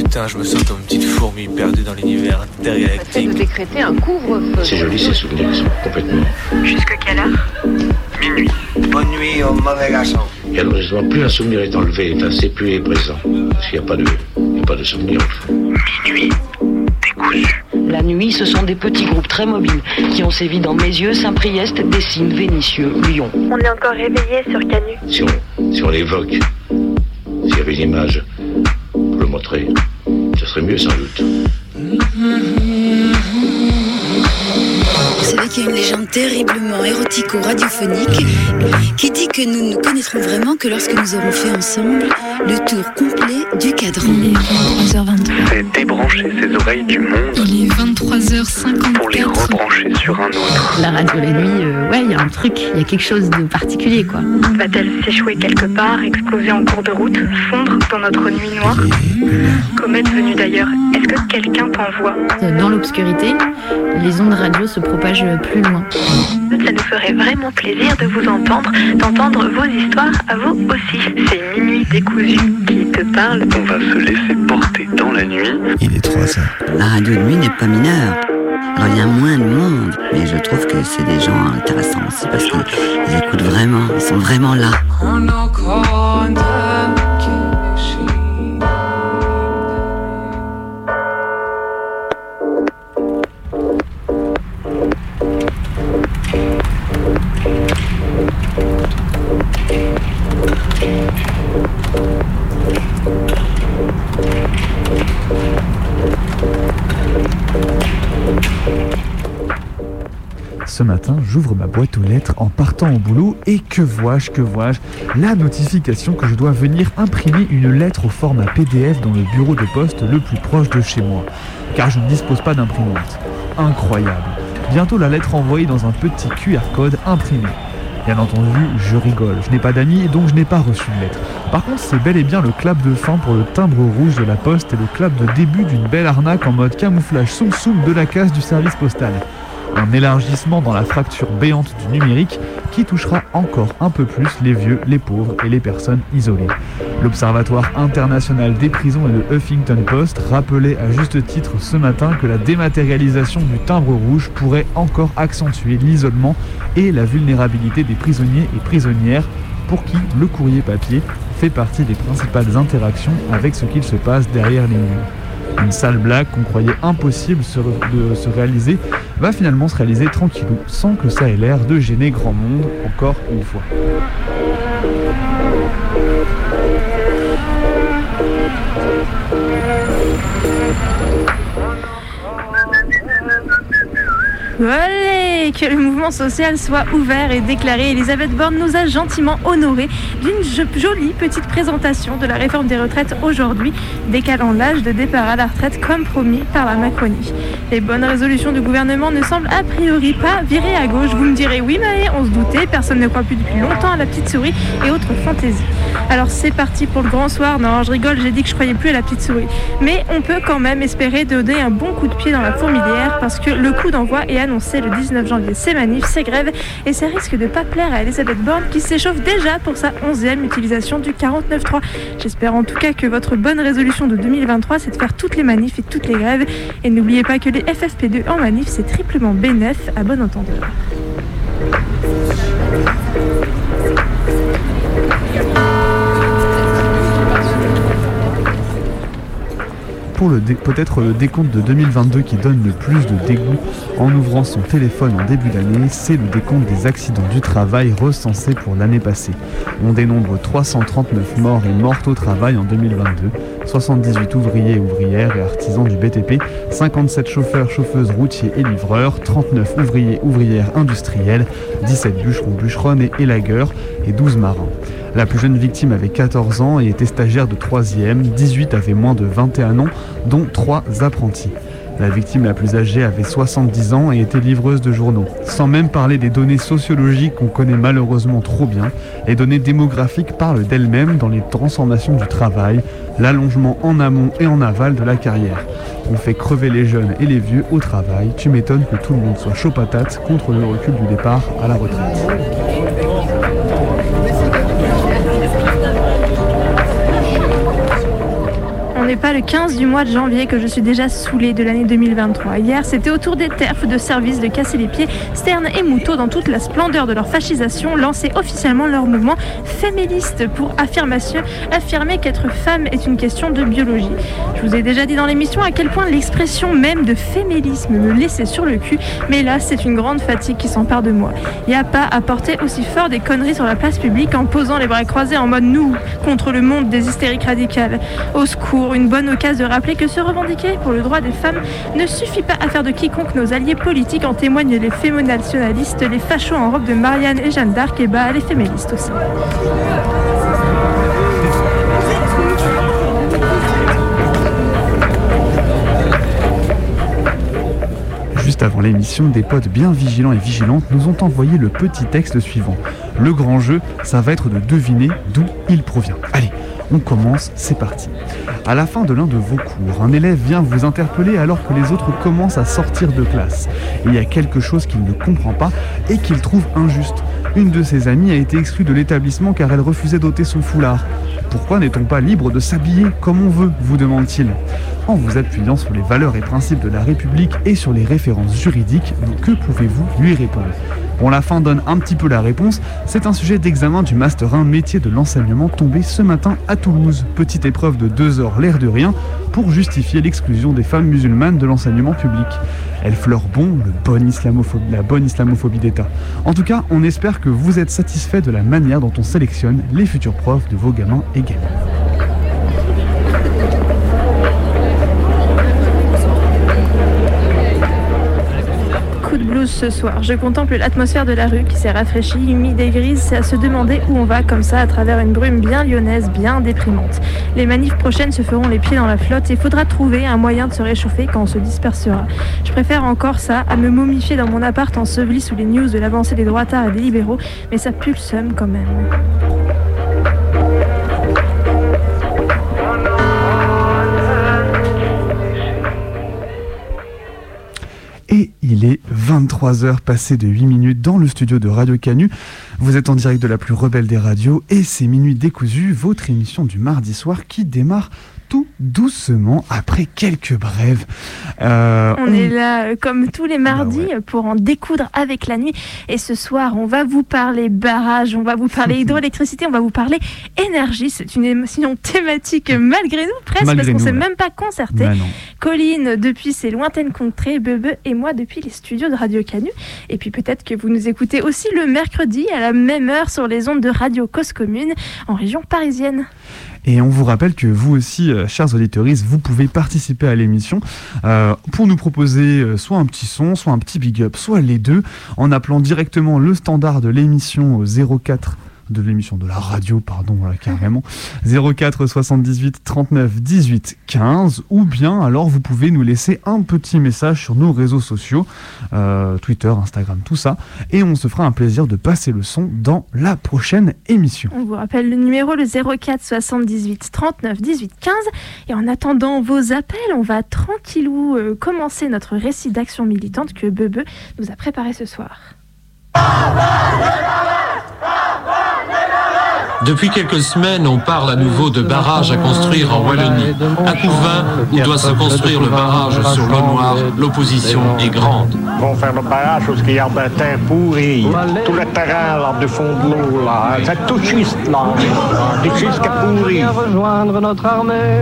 Putain, je me sens comme une petite fourmi perdue dans l'univers intergalactique. De décréter un couvre-feu. C'est joli ces souvenirs, ils sont complètement... Jusqu'à quelle heure? Minuit. Bonne nuit au mauvais garçon. Et alors justement, plus un souvenir est enlevé, enfin, c'est plus il est présent. Parce qu'il n'y a pas de souvenir. Minuit. Décousu. La nuit, ce sont des petits groupes très mobiles qui ont sévi dans Mézieux, Saint-Priest, Dessines, Vénissieux, Lyon. On est encore réveillé sur Canu. Si on l'évoque, s'il y avait une image pour le montrer, ce serait mieux sans doute. Vous savez qu'il y a une légende terriblement érotico-radiophonique qui dit que nous ne nous connaîtrons vraiment que lorsque nous aurons fait ensemble le tour complet du cadran. Il est 23h23. C'est débrancher ses oreilles du monde. Il est 23h54. Pour les rebrancher sur un autre. La radio la nuit, ouais, il y a un truc, il y a quelque chose de particulier, quoi. Va-t-elle s'échouer quelque part, exploser en cours de route, fondre dans notre nuit noire? Comète venue d'ailleurs, est-ce que quelqu'un t'envoie? Dans l'obscurité, les ondes radio se propagent plus loin. Ça nous ferait vraiment plaisir de vous entendre, d'entendre vos histoires à vous aussi. C'est Minuit décousu qui te parle. On va se laisser porter dans la nuit. Il est 3h. La radio de nuit n'est pas mineure. Alors il y a moins de monde, mais je trouve que c'est des gens intéressants aussi parce qu'ils écoutent vraiment, ils sont vraiment là. Ce matin, j'ouvre ma boîte aux lettres en partant au boulot et que vois-je, la notification que je dois venir imprimer une lettre au format PDF dans le bureau de poste le plus proche de chez moi, car je ne dispose pas d'imprimante. Incroyable. Bientôt la lettre envoyée dans un petit QR code imprimé. Bien entendu, je rigole, je n'ai pas d'amis et donc je n'ai pas reçu de lettre. Par contre, c'est bel et bien le clap de fin pour le timbre rouge de la poste et le clap de début d'une belle arnaque en mode camouflage soum-soum de la case du service postal. Un élargissement dans la fracture béante du numérique qui touchera encore un peu plus les vieux, les pauvres et les personnes isolées. L'Observatoire international des prisons et le Huffington Post rappelait à juste titre ce matin que la dématérialisation du timbre rouge pourrait encore accentuer l'isolement et la vulnérabilité des prisonniers et prisonnières pour qui le courrier papier fait partie des principales interactions avec ce qu'il se passe derrière les murs. Une sale blague qu'on croyait impossible de se réaliser va finalement se réaliser tranquillou, sans que ça ait l'air de gêner grand monde, encore une fois. Allez, que le mouvement social soit ouvert et déclaré. Elisabeth Borne nous a gentiment honorés d'une jolie petite présentation de la réforme des retraites aujourd'hui, décalant l'âge de départ à la retraite comme promis par la Macronie. Les bonnes résolutions du gouvernement ne semblent a priori pas virer à gauche. Vous me direz oui, mais on se doutait, personne ne croit plus depuis longtemps à la petite souris et autres fantaisies. Alors c'est parti pour le grand soir. Non, je rigole, j'ai dit que je croyais plus à la petite souris. Mais on peut quand même espérer donner un bon coup de pied dans la fourmilière parce que le coup d'envoi est annoncé le 19 janvier. Ces manifs, ces grèves et ça risque de pas plaire à Elisabeth Borne qui s'échauffe déjà pour sa 11e utilisation du 49.3. J'espère en tout cas que votre bonne résolution de 2023 c'est de faire toutes les manifs et toutes les grèves. Et n'oubliez pas que les FFP2 en manif c'est triplement bénef à bon entendeur. Pour peut-être le décompte de 2022 qui donne le plus de dégoût en ouvrant son téléphone en début d'année, c'est le décompte des accidents du travail recensés pour l'année passée. On dénombre 339 morts et mortes au travail en 2022, 78 ouvriers et ouvrières et artisans du BTP, 57 chauffeurs, chauffeuses, routiers et livreurs, 39 ouvriers, ouvrières industriels, 17 bûcherons, bûcheronnes et élagueurs et 12 marins. La plus jeune victime avait 14 ans et était stagiaire de 3e, 18 avaient moins de 21 ans, dont 3 apprentis. La victime la plus âgée avait 70 ans et était livreuse de journaux. Sans même parler des données sociologiques qu'on connaît malheureusement trop bien, les données démographiques parlent d'elles-mêmes dans les transformations du travail, l'allongement en amont et en aval de la carrière. On fait crever les jeunes et les vieux au travail, tu m'étonnes que tout le monde soit chaud patate contre le recul du départ à la retraite. On n'est pas le 15 du mois de janvier que je suis déjà saoulée de l'année 2023. Hier, c'était au tour des TERF de service de casser les pieds. Stern et Moutot, dans toute la splendeur de leur fascisation, lançaient officiellement leur mouvement féméliste pour affirmer qu'être femme est une question de biologie. Je vous ai déjà dit dans l'émission à quel point l'expression même de fémélisme me laissait sur le cul, mais là, c'est une grande fatigue qui s'empare de moi. Il n'y a pas à porter aussi fort des conneries sur la place publique en posant les bras croisés en mode nous contre le monde des hystériques radicales. Au secours, une bonne occasion de rappeler que se revendiquer pour le droit des femmes ne suffit pas à faire de quiconque nos alliés politiques. En témoignent les fémonationalistes, les fachos en robe de Marianne et Jeanne d'Arc, et les féministes aussi. Juste avant l'émission, des potes bien vigilants et vigilantes nous ont envoyé le petit texte suivant. Le grand jeu, ça va être de deviner d'où il provient. Allez, on commence, c'est parti. À la fin de l'un de vos cours, un élève vient vous interpeller alors que les autres commencent à sortir de classe. Il y a quelque chose qu'il ne comprend pas et qu'il trouve injuste. Une de ses amies a été exclue de l'établissement car elle refusait d'ôter son foulard. Pourquoi n'est-on pas libre de s'habiller comme on veut, vous demande-t-il. En vous appuyant sur les valeurs et principes de la République et sur les références juridiques, que pouvez-vous lui répondre ? Bon, la fin donne un petit peu la réponse. C'est un sujet d'examen du Master 1 métier de l'enseignement tombé ce matin à Toulouse. Petite épreuve de 2 heures, l'air de rien, pour justifier l'exclusion des femmes musulmanes de l'enseignement public. Elle fleure bon la bonne islamophobie d'État. En tout cas, on espère que vous êtes satisfait de la manière dont on sélectionne les futurs profs de vos gamins et gamines. Blues ce soir. Je contemple l'atmosphère de la rue qui s'est rafraîchie, humide et grise. C'est à se demander où on va comme ça à travers une brume bien lyonnaise, bien déprimante. Les manifs prochaines se feront les pieds dans la flotte et il faudra trouver un moyen de se réchauffer quand on se dispersera. Je préfère encore ça à me momifier dans mon appart enseveli sous les news de l'avancée des droitards et des libéraux, mais ça pue le seum quand même. Et il est 23h passé de 8 minutes dans le studio de Radio Canu. Vous êtes en direct de la plus rebelle des radios et c'est Minuit décousu, votre émission du mardi soir qui démarre tout doucement après quelques brèves. On est là comme tous les mardis pour en découdre avec la nuit. Et ce soir, on va vous parler barrage, on va vous parler hydroélectricité, on va vous parler énergie. C'est une émission thématique malgré nous, presque, parce qu'on ne s'est même pas concerté. Colline depuis ses lointaines contrées, Bebe et moi depuis les studios de Radio Canu. Et puis peut-être que vous nous écoutez aussi le mercredi à la même heure sur les ondes de Radio Cause Commune en région parisienne. Et on vous rappelle que vous aussi, chers auditeurs, vous pouvez participer à l'émission pour nous proposer soit un petit son, soit un petit big up, soit les deux, en appelant directement le standard de l'émission au 04 de l'émission de la radio, pardon, voilà, carrément, 04 78 39 18 15, ou bien alors vous pouvez nous laisser un petit message sur nos réseaux sociaux, Twitter, Instagram, tout ça, et on se fera un plaisir de passer le son dans la prochaine émission. On vous rappelle le numéro, le 04 78 39 18 15, et en attendant vos appels, on va tranquillou commencer notre récit d'action militante que Bebe nous a préparé ce soir. Depuis quelques semaines, on parle à nouveau de barrages à construire en Wallonie. À Couvin, où doit se construire le barrage sur l'eau Noire, l'opposition est grande. Ils vont faire le barrage parce qu'il y a un terre pourri. Tout le terrain là, du fond de l'eau, là, c'est tout schiste, là. Des schistes qui pourris. Rejoindre notre armée.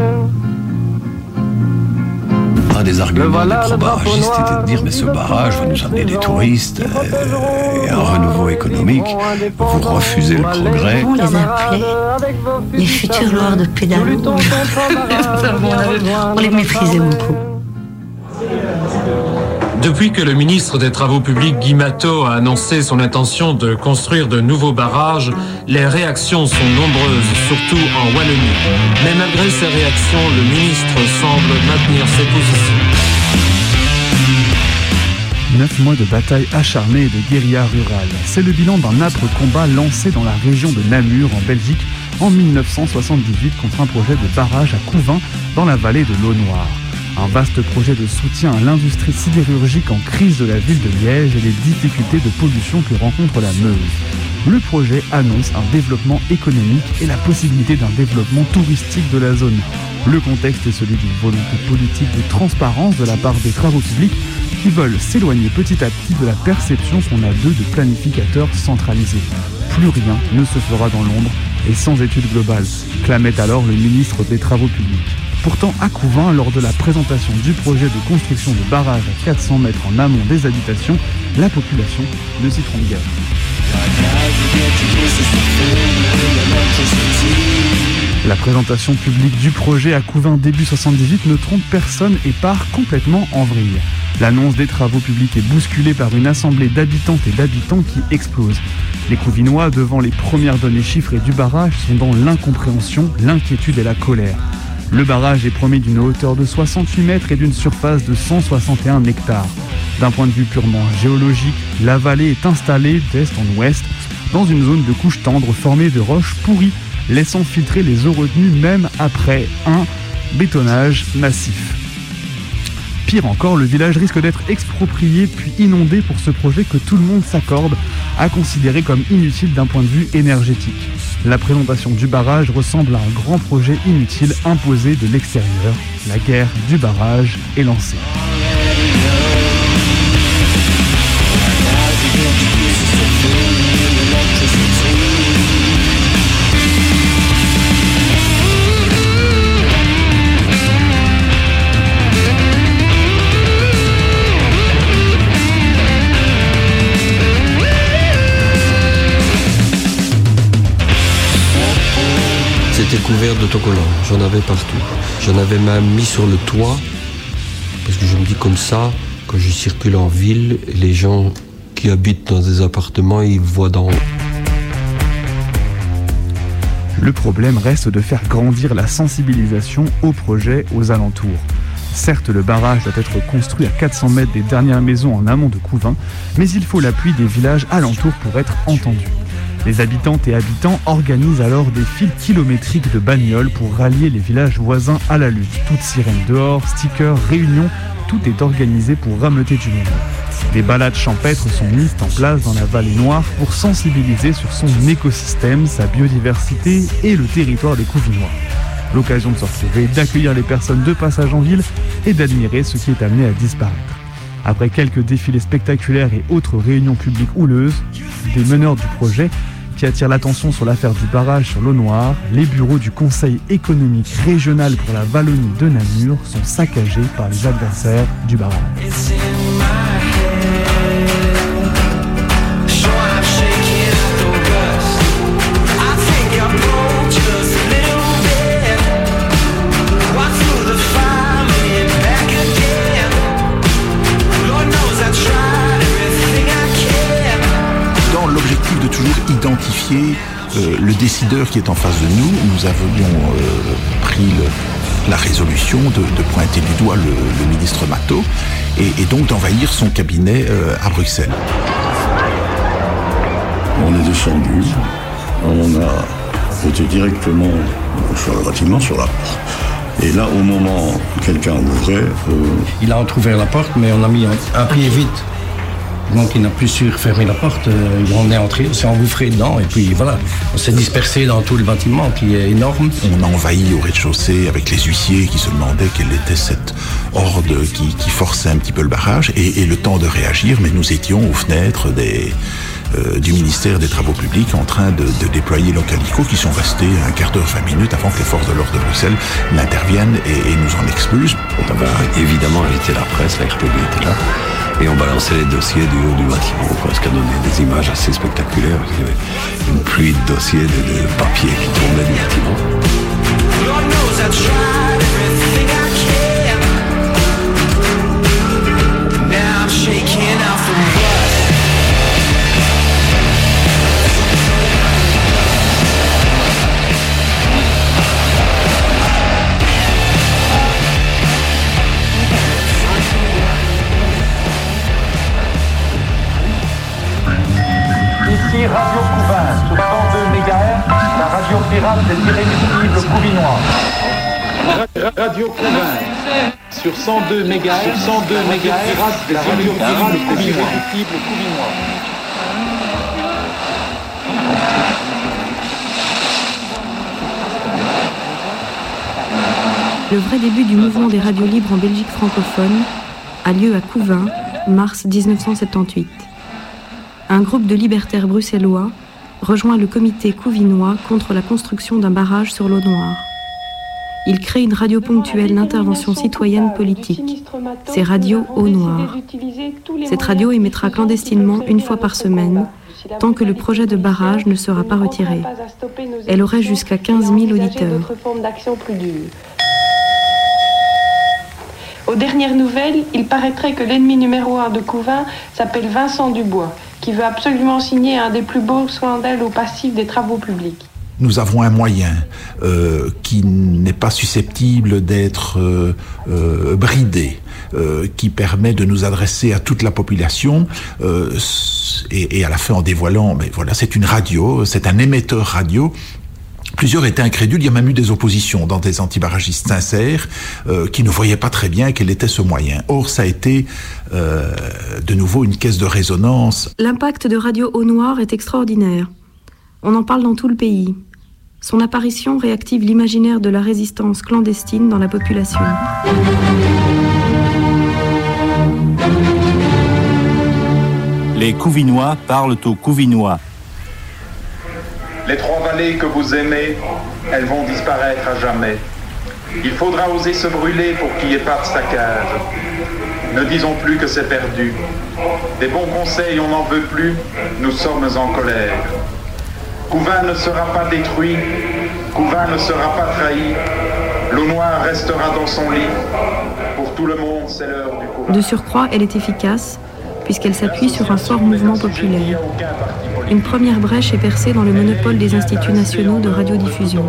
Un des arguments des pro-barragistes était de dire mais ce barrage va nous amener des touristes et un renouveau économique. Vous refusez le progrès. On les appelait les futurs lords de pédalo. On les méprisait beaucoup. Depuis que le ministre des Travaux publics Guy Matteau a annoncé son intention de construire de nouveaux barrages, les réactions sont nombreuses, surtout en Wallonie. Mais malgré ces réactions, le ministre semble maintenir ses positions. 9 mois de bataille acharnée et de guérilla rurale. C'est le bilan d'un âpre combat lancé dans la région de Namur, en Belgique, en 1978 contre un projet de barrage à Couvin, dans la vallée de l'Eau Noire. Un vaste projet de soutien à l'industrie sidérurgique en crise de la ville de Liège et les difficultés de pollution que rencontre la Meuse. Le projet annonce un développement économique et la possibilité d'un développement touristique de la zone. Le contexte est celui d'une volonté politique de transparence de la part des travaux publics qui veulent s'éloigner petit à petit de la perception qu'on a d'eux de planificateurs centralisés. Plus rien ne se fera dans l'ombre et sans étude globale, clamait alors le ministre des Travaux publics. Pourtant, à Couvin, lors de la présentation du projet de construction de barrages à 400 mètres en amont des habitations, la population ne s'y trompe guère. La présentation publique du projet à Couvin début 78 ne trompe personne et part complètement en vrille. L'annonce des travaux publics est bousculée par une assemblée d'habitantes et d'habitants qui explose. Les Couvinois, devant les premières données chiffrées du barrage, sont dans l'incompréhension, l'inquiétude et la colère. Le barrage est promis d'une hauteur de 68 mètres et d'une surface de 161 hectares. D'un point de vue purement géologique, la vallée est installée d'est en ouest, dans une zone de couche tendre formée de roches pourries, laissant filtrer les eaux retenues même après un bétonnage massif. Pire encore, le village risque d'être exproprié puis inondé pour ce projet que tout le monde s'accorde à considérer comme inutile d'un point de vue énergétique. La présentation du barrage ressemble à un grand projet inutile imposé de l'extérieur. La guerre du barrage est lancée. C'était couvert d'autocollants, j'en avais partout. J'en avais même mis sur le toit, parce que je me dis comme ça, quand je circule en ville, les gens qui habitent dans des appartements, ils voient d'en haut. Le problème reste de faire grandir la sensibilisation au projet aux alentours. Certes, le barrage doit être construit à 400 mètres des dernières maisons en amont de Couvin, mais il faut l'appui des villages alentours pour être entendu. Les habitantes et habitants organisent alors des files kilométriques de bagnoles pour rallier les villages voisins à la lutte. Toutes sirènes dehors, stickers, réunions, tout est organisé pour rameuter du monde. Des balades champêtres sont mises en place dans la vallée Noire pour sensibiliser sur son écosystème, sa biodiversité et le territoire des Couvinois. L'occasion de se retrouver, d'accueillir les personnes de passage en ville et d'admirer ce qui est amené à disparaître. Après quelques défilés spectaculaires et autres réunions publiques houleuses, des meneurs du projet qui attirent l'attention sur l'affaire du barrage sur l'eau Noire, les bureaux du Conseil économique régional pour la Wallonie de Namur sont saccagés par les adversaires du barrage. L'objectif de toujours identifier le décideur qui est en face de nous. Nous avions pris la résolution de pointer du doigt le ministre Matteau et donc d'envahir son cabinet à Bruxelles. On est descendu, on a été directement sur le bâtiment, sur la porte. Et là, au moment où quelqu'un ouvrait... Il a entrouvert la porte, mais on a mis un pied vite. Donc il n'a plus su refermer la porte, on est entré, on s'est engouffré dedans et puis voilà, on s'est dispersé dans tout le bâtiment qui est énorme. On a envahi au rez-de-chaussée avec les huissiers qui se demandaient quelle était cette horde qui forçait un petit peu le barrage et le temps de réagir, mais nous étions aux fenêtres du ministère des Travaux publics en train de déployer nos calicots qui sont restés un quart d'heure, 20 minutes avant que les forces de l'ordre de Bruxelles n'interviennent et nous en expulsent. On avait évidemment invité la presse, la RTB était là. Et on balançait les dossiers du haut du bâtiment, ce qui a donné des images assez spectaculaires. Il y avait une pluie de dossiers, de papier qui tombaient du bâtiment. Ici Radio Couvin, sur 102 MHz, la radio pirate des irréductibles Couvinois. Radio Couvin, sur 102 MHz, 102 MHz, la radio pirate des irréductibles Couvinois. Le vrai début du mouvement des radios libres en Belgique francophone a lieu à Couvain, mars 1978. Un groupe de libertaires bruxellois rejoint le comité couvinois contre la construction d'un barrage sur l'eau Noire. Il crée une radio ponctuelle d'intervention citoyenne politique. C'est Radio Eau Noire. Cette radio émettra clandestinement une fois par semaine, tant que le projet de barrage ne sera pas retiré. Elle aurait jusqu'à 15 000 auditeurs. Aux dernières nouvelles, il paraîtrait que l'ennemi numéro 1 de Couvain s'appelle Vincent Dubois, qui veut absolument signer un des plus beaux scandales au passif des travaux publics. Nous avons un moyen qui n'est pas susceptible d'être bridé, qui permet de nous adresser à toute la population et à la fin en dévoilant, mais voilà, c'est une radio, c'est un émetteur radio. Plusieurs étaient incrédules, il y a même eu des oppositions dans des antibarragistes sincères qui ne voyaient pas très bien quel était ce moyen. Or, ça a été de nouveau une caisse de résonance. L'impact de Radio Eau Noire est extraordinaire. On en parle dans tout le pays. Son apparition réactive l'imaginaire de la résistance clandestine dans la population. Les Couvinois parlent aux Couvinois. Les trois vallées que vous aimez, elles vont disparaître à jamais. Il faudra oser se brûler pour qu'il n'y ait pas de saccage. Ne disons plus que c'est perdu. Des bons conseils, on n'en veut plus, nous sommes en colère. Couvain ne sera pas détruit, Couvain ne sera pas trahi, l'eau noire restera dans son lit. Pour tout le monde, c'est l'heure du Couvain. De surcroît, elle est efficace, puisqu'elle s'appuie sur un fort mouvement populaire. Une première brèche est percée dans le monopole des instituts nationaux de radiodiffusion.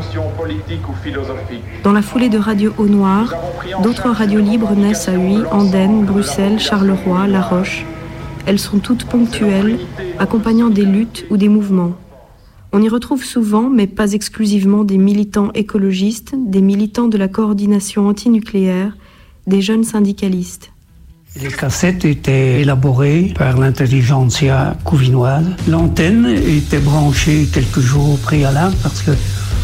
Dans la foulée de Radio Eau Noire, d'autres radios libres naissent à Huy, Andenne, Bruxelles, Charleroi, La Roche. Elles sont toutes ponctuelles, accompagnant des luttes ou des mouvements. On y retrouve souvent, mais pas exclusivement, des militants écologistes, des militants de la coordination antinucléaire, des jeunes syndicalistes. Les cassettes étaient élaborées par l'intelligentsia couvinoise. L'antenne était branchée quelques jours au préalable parce que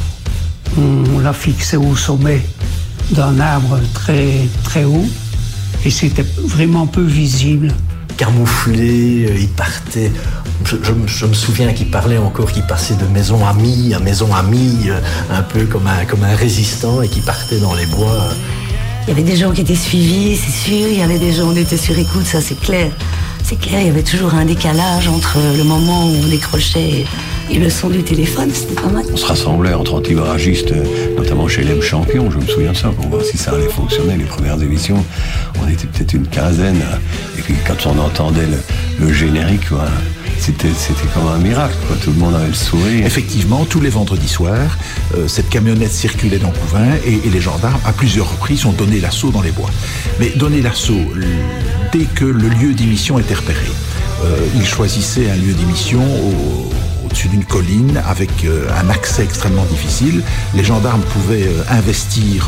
on la fixait au sommet d'un arbre très, très haut et c'était vraiment peu visible. Camouflé, il partait. Je me souviens qu'il parlait encore, qu'il passait de maison amie à maison amie, un peu comme un résistant et qui partait dans les bois. Il y avait des gens qui étaient suivis, c'est sûr, il y avait des gens qui étaient sur écoute, ça c'est clair. C'est clair, il y avait toujours un décalage entre le moment où on décrochait et le son du téléphone, c'était pas mal. On se rassemblait entre antibarragistes, notamment chez l'M Champion, je me souviens de ça, pour voir si ça allait fonctionner. Les premières émissions, on était peut-être une quinzaine, et puis quand on entendait le générique, voilà, c'était comme un miracle, quoi. Tout le monde avait le sourire. Effectivement, tous les vendredis soirs, cette camionnette circulait dans Couvain et les gendarmes, à plusieurs reprises, ont donné l'assaut dans les bois. Mais donner l'assaut dès que le lieu d'émission était repéré. Ils choisissaient un lieu d'émission au-dessus d'une colline avec un accès extrêmement difficile. Les gendarmes pouvaient investir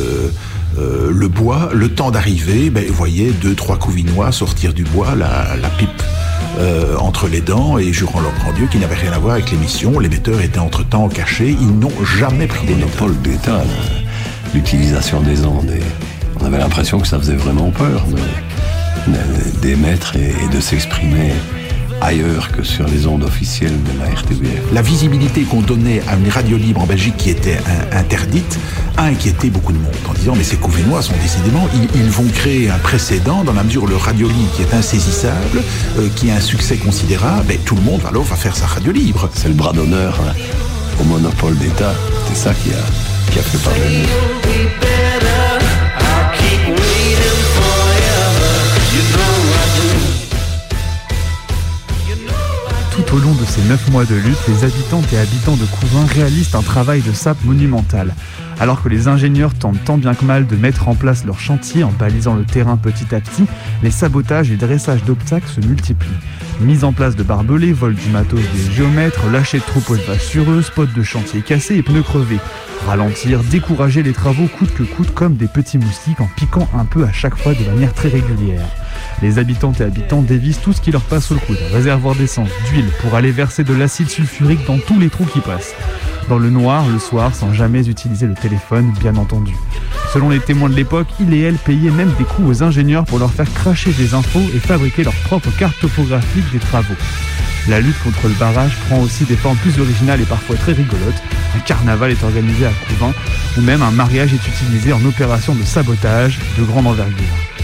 le bois. Le temps d'arriver, vous voyez 2-3 Couvinois sortir du bois, la pipe entre les dents, et jurant leur grand Dieu qu'il n'avait rien à voir avec l'émission. L'émetteur était entre-temps caché. Ils n'ont jamais pris des monopole d'État, l'utilisation des ondes. On avait l'impression que ça faisait vraiment peur d'émettre et de s'exprimer ailleurs que sur les ondes officielles de la RTBF. La visibilité qu'on donnait à une radio libre en Belgique qui était interdite a inquiété beaucoup de monde en disant mais ces Couvinois sont décidément, ils vont créer un précédent dans la mesure où le radio libre qui est insaisissable, qui a un succès considérable, tout le monde alors va faire sa radio libre. C'est le bras d'honneur au monopole d'État, c'est ça qui a fait parler de nous. Tout au long de ces 9 mois de lutte, les habitantes et habitants de Couvain réalisent un travail de sape monumental. Alors que les ingénieurs tentent tant bien que mal de mettre en place leur chantier en balisant le terrain petit à petit, les sabotages et dressages d'obstacles se multiplient. Mise en place de barbelés, vol du matos des géomètres, lâcher de troupeaux de vaches sur eux, spots de chantier cassés et pneus crevés. Ralentir, décourager les travaux coûte que coûte comme des petits moustiques en piquant un peu à chaque fois de manière très régulière. Les habitantes et habitants dévissent tout ce qui leur passe sous le coude. Réservoir d'essence, d'huile, pour aller verser de l'acide sulfurique dans tous les trous qui passent. Dans le noir, le soir, sans jamais utiliser le téléphone, bien entendu. Selon les témoins de l'époque, il et elle payaient même des coups aux ingénieurs pour leur faire cracher des infos et fabriquer leur propre carte topographique des travaux. La lutte contre le barrage prend aussi des formes plus originales et parfois très rigolotes. Un carnaval est organisé à Couvin, ou même un mariage est utilisé en opération de sabotage de grande envergure.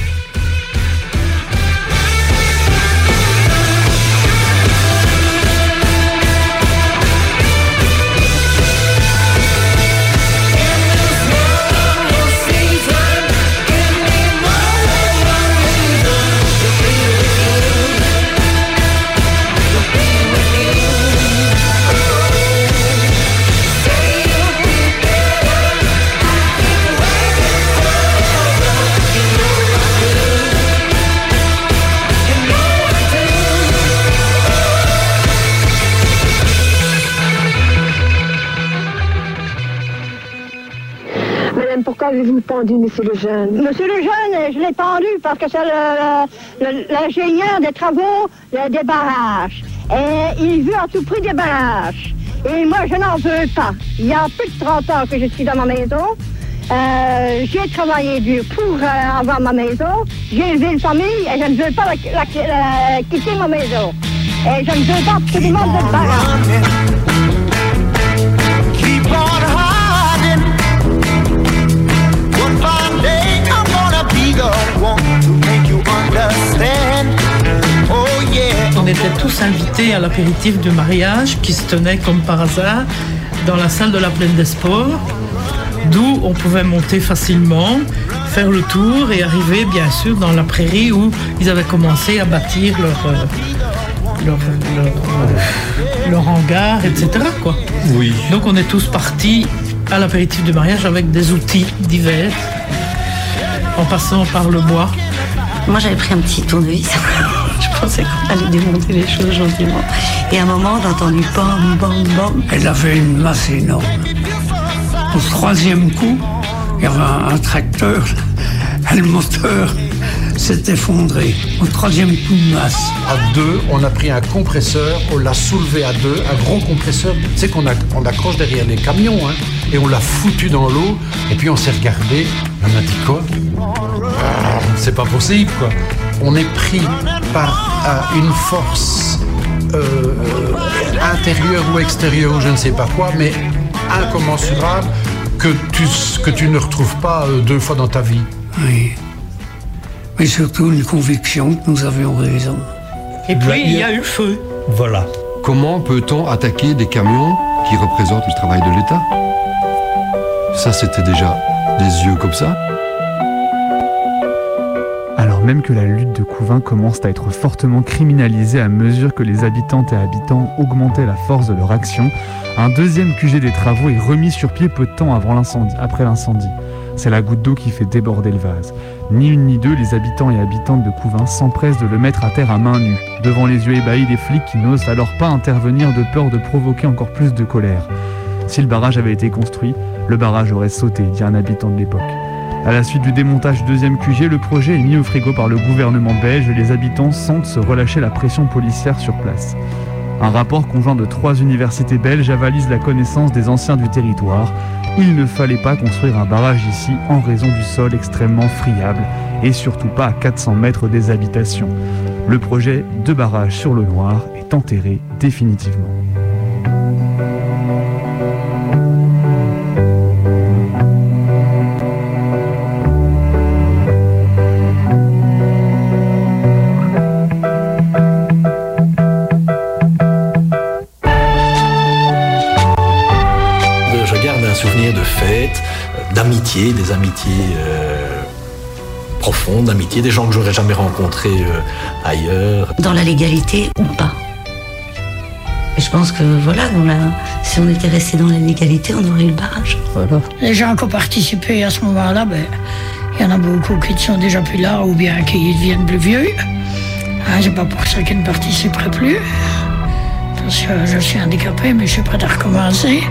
Pourquoi avez-vous pendu Monsieur Lejeune? Monsieur Lejeune, je l'ai pendu parce que c'est l'ingénieur des travaux des barrages. Et il veut à tout prix des barrages. Et moi, je n'en veux pas. Il y a plus de 30 ans que je suis dans ma maison. J'ai travaillé dur pour avoir ma maison. J'ai élevé une famille et je ne veux pas quitter ma maison. Et je ne veux pas absolument de barrage. On était tous invités à l'apéritif du mariage qui se tenait comme par hasard dans la salle de la Plaine des Sports, d'où on pouvait monter facilement, faire le tour et arriver bien sûr dans la prairie où ils avaient commencé à bâtir leur hangar, etc. quoi. Oui. Donc on est tous partis à l'apéritif du mariage avec des outils divers, en passant par le bois. Moi j'avais pris un petit tournevis. Je pensais qu'on allait démonter les choses gentiment. Et à un moment, on a entendu bam, bam, bam. Elle avait une masse énorme. Au troisième coup, il y avait un tracteur. Et le moteur s'est effondré. Au troisième coup de masse. À deux, on a pris un compresseur, on l'a soulevé à deux, un gros compresseur. Tu sais qu'on accroche derrière les camions, hein, et on l'a foutu dans l'eau. Et puis on s'est regardé. On a dit quoi? C'est pas possible, quoi. On est pris par une force intérieure ou extérieure, je ne sais pas quoi, mais incommensurable que tu ne retrouves pas deux fois dans ta vie. Oui. Mais surtout une conviction que nous avions raison. Et puis il y a eu le feu. Voilà. Comment peut-on attaquer des camions qui représentent le travail de l'État? Ça, c'était déjà des yeux comme ça. Alors même que la lutte de Couvin commence à être fortement criminalisée à mesure que les habitantes et habitants augmentaient la force de leur action, un deuxième QG des travaux est remis sur pied peu de temps après l'incendie. C'est la goutte d'eau qui fait déborder le vase. Ni une ni deux, les habitants et habitantes de Couvin s'empressent de le mettre à terre à main nue, devant les yeux ébahis des flics qui n'osent alors pas intervenir de peur de provoquer encore plus de colère. Si le barrage avait été construit, le barrage aurait sauté, dit un habitant de l'époque. À la suite du démontage du deuxième QG, le projet est mis au frigo par le gouvernement belge et les habitants sentent se relâcher la pression policière sur place. Un rapport conjoint de 3 universités belges avalise la connaissance des anciens du territoire. Il ne fallait pas construire un barrage ici en raison du sol extrêmement friable et surtout pas à 400 mètres des habitations. Le projet de barrage sur l'eau Noire est enterré définitivement. D'amitié, des amitiés profondes, d'amitié, des gens que j'aurais jamais rencontrés ailleurs. Dans la légalité ou pas. Et je pense que voilà, si on était resté dans la légalité, on aurait eu le barrage. Voilà. Les gens qui ont participé à ce moment-là, il y en a beaucoup qui ne sont déjà plus là ou bien qui deviennent plus vieux. C'est pas pour ça qu'ils ne participeraient plus. Parce que je suis handicapé, mais je suis prêt à recommencer.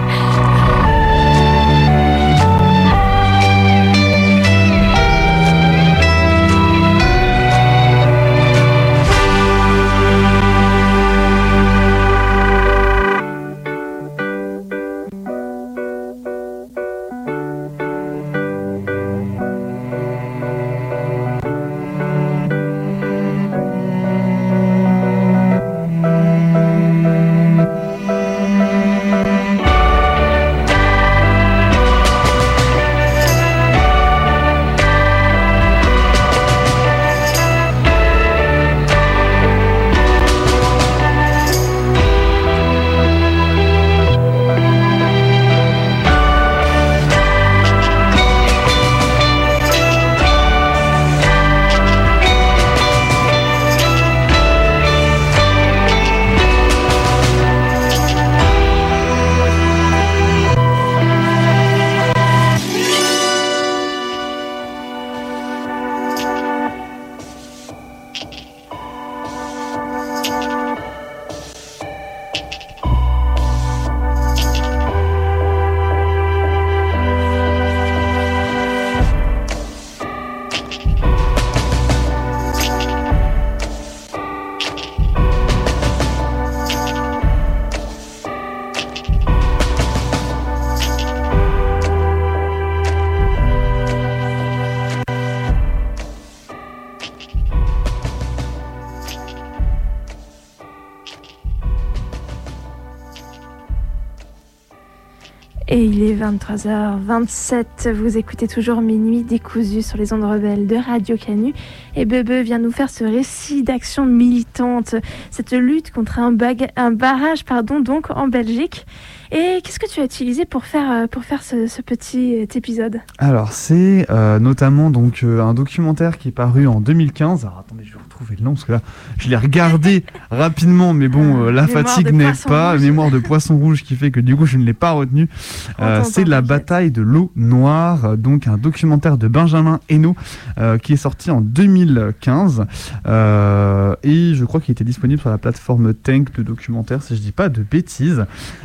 23h27. Vous écoutez toujours Minuit décousu sur les ondes rebelles de Radio Canu. Et Bebe vient nous faire ce récit d'action militante, cette lutte contre un barrage donc en Belgique. Et qu'est-ce que tu as utilisé pour faire ce petit épisode ? Alors, c'est notamment donc un documentaire qui est paru en 2015. Alors, attendez, je vais retrouver le nom parce que là, je l'ai regardé rapidement, mais bon, la fatigue n'est pas. Mémoire de poisson rouge qui fait que du coup, je ne l'ai pas retenu. C'est La bataille de l'eau noire, donc un documentaire de Benjamin Hainaut qui est sorti en 2015. Et je crois qu'il était disponible sur la plateforme Tank de documentaire, si je dis pas de bêtises.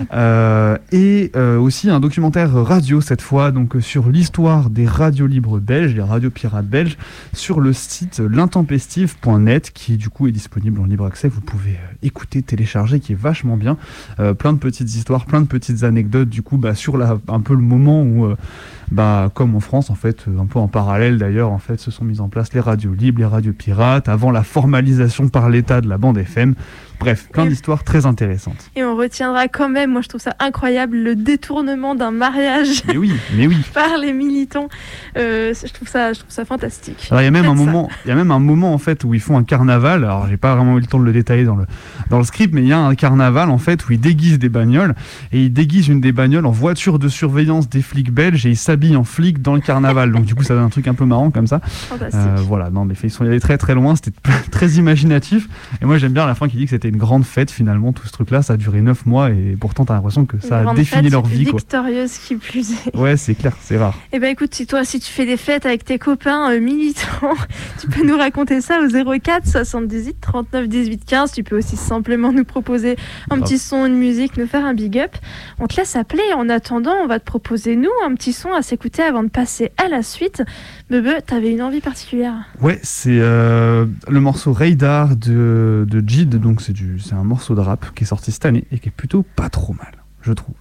Et aussi un documentaire radio cette fois, donc sur l'histoire des radios libres belges, les radios pirates belges, sur le site l'intempestive.net qui du coup est disponible en libre accès. Vous pouvez écouter, télécharger, qui est vachement bien. Plein de petites histoires, plein de petites anecdotes du coup sur un peu le moment où comme en France en fait, un peu en parallèle d'ailleurs, en fait se sont mises en place les radios libres, les radios pirates, avant la formalisation par l'État de la bande FM. Bref, plein d'histoires très intéressantes. Et on retiendra quand même, moi je trouve ça incroyable, le détournement d'un mariage mais oui. par les militants. Je trouve ça fantastique. Alors il y a même un moment en fait où ils font un carnaval. Alors j'ai pas vraiment eu le temps de le détailler dans le script, mais il y a un carnaval en fait où ils déguisent des bagnoles et ils déguisent une des bagnoles en voiture de surveillance des flics belges et ils s'habillent en flics dans le carnaval. Donc du coup ça donne un truc un peu marrant comme ça. Voilà, non mais ils sont allés très très loin, c'était très imaginatif. Et moi j'aime bien à la fin qu'il dit que c'était une grande fête finalement, tout ce truc là ça a duré 9 mois et pourtant t'as l'impression que ça a défini leur vie victorieuse qui plus est. Ouais, c'est clair, c'est rare. Et écoute, si tu fais des fêtes avec tes copains militants, tu peux nous raconter ça au 04 78 39 18 15. Tu peux aussi simplement nous proposer un petit son, une musique, nous faire un big up. On te laisse appeler. En attendant, on va te proposer nous un petit son à s'écouter avant de passer à la suite. Bebe, t'avais une envie particulière? Ouais, c'est le morceau Radar de Jid, donc c'est un morceau de rap qui est sorti cette année et qui est plutôt pas trop mal, je trouve.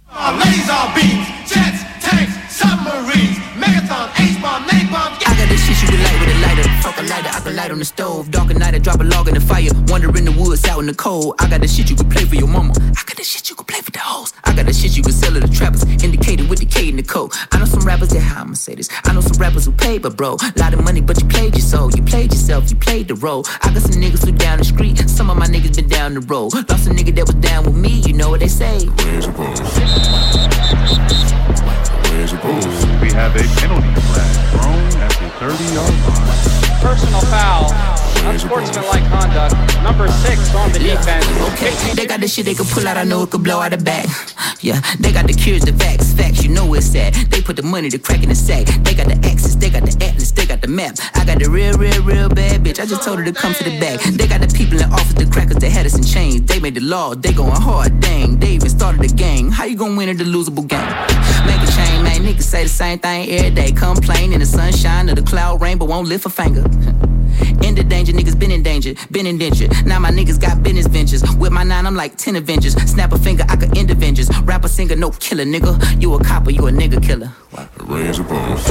Laser beams, jets, tanks, submarines, Megathon, H-bomb, Napalm. I got this shit you can light with a lighter. Fuck a lighter, I can light on the stove. Dark at night, I drop a log in the fire. Wander in the woods, out in the cold. I got the shit you can play for your mama. I got the shit you can play for the hoes. I got the shit you can sell to the trappers. Indicated with the K and the code. I know some rappers that I'ma say this. I know some rappers who pay, but bro, lot of money, but you played your soul. You played yourself, you played the role. I got some niggas who down the street. Some of my niggas been down the road. Lost a nigga that was down with me. You know what they say? Where's your balls? Where's your balls? We have a penalty flag thrown at the 30-yard line. Personal foul. Unsportsmanlike conduct. Number 6 on the defense. Okay, they got the shit they could pull out. I know it could blow out a bag. Yeah, they got the cures, the facts, you know it's sad. They put the money, the crack in the sack. They got the axis, they got the atlas, they got the map. I got the real bad bitch. I just told her to come to the back. They got the people in office, the crackers, they had us in chains. They made the law, they going hard, dang. They even started a gang. How you gonna win at the losable game? Make a chain, man. Niggas say the same thing every day. Complain in the sunshine or the cloud rain, but won't lift a finger. In the danger, niggas been in danger, been indentured. Now my niggas got business ventures. With my 9, I'm like 10 Avengers. Snap a finger, I could end Avengers. Rapper, singer, no killer, nigga. You a copper, you a nigga killer. Raise your balls.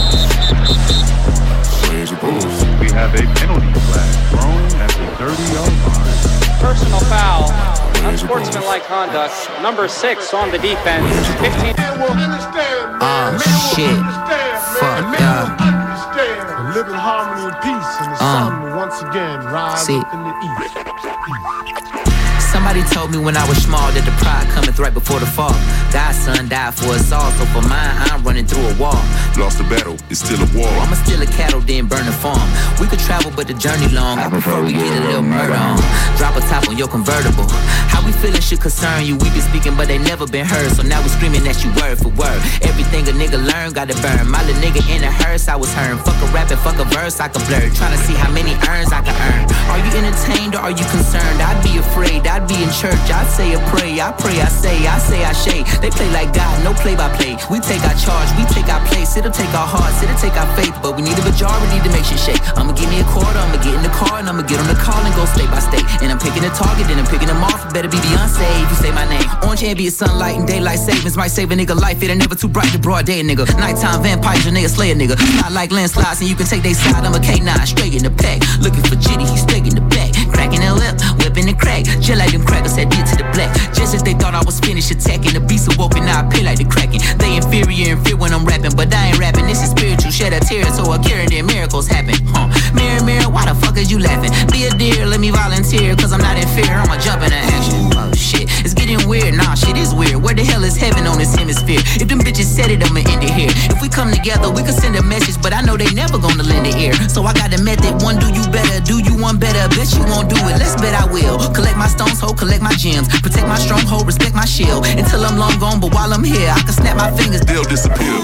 Raise your balls. We have a penalty flag thrown at the 30-yard line. Personal foul. Unsportsmanlike conduct. Number 6 on the defense. 15. Shit. Fuck yeah. Live in harmony and peace, and the sun will once again rise up in the east. Somebody told me when I was small that the pride cometh right before the fall. God's son died for us all, so for mine, I'm running through a wall. Lost the battle, it's still a war. I'ma steal a cattle, then burn the farm. We could travel, but the journey long. I prefer we get a little murder on. Drop a top on your convertible. How we feeling should concern you. We been speaking, but they never been heard. So now we screaming at you word for word. Everything a nigga learn, gotta burn. My little nigga in a hearse, I was heard. Fuck a rap and fuck a verse, I could blur. Tryna see how many earns I can earn. Are you entertained or are you concerned? I'd be afraid, I'd be in church. I'd say a pray, I pray, I say I shade. They play like God, no play by play. We take our charge, we take our place. It'll take our hearts, it'll take our faith. But we need a majority to make shit shake. I'ma give me a quarter, I'ma get in the car, and I'ma get on the call and go state by state. And I'm picking a target, and I'm picking them off. Better be Beyonce if you say my name. Orange ambient sunlight and daylight savings might save a nigga life. It ain't never too bright to broad day, nigga. Nighttime vampires, and they a slayer, nigga. Not like landslides, and you can take they side. I'm a K9, straight in the pack. Looking for Jitty, he stay in the back. Cracking the lip, whipping the crack. Just like them crackers that did to the black. Just as they thought I was finished attacking. The beast awoke and now I appear like the Kraken. They inferior and fear when I'm rapping, but I ain't rapping. This is spiritual, shed a tear, so I carry their miracles happen. Mirror, mirror, why the fuck is you laughing? Be a deer, let me volunteer, cause I'm not in fear. I'ma jump into action. Oh shit, it's getting weird. Nah, shit is weird. Where the hell is heaven on this hemisphere? If them bitches said it, I'ma end it here. If we come together, we could send a message, but I know they never gonna lend an ear. So I got the method, one do you better, do you one better? Bet you won't do it, let's bet I will. Collect my stones, ho, collect my gems. Protect my stronghold, respect my shield. Until I'm long gone, but while I'm here, I can snap my fingers, they'll disappear.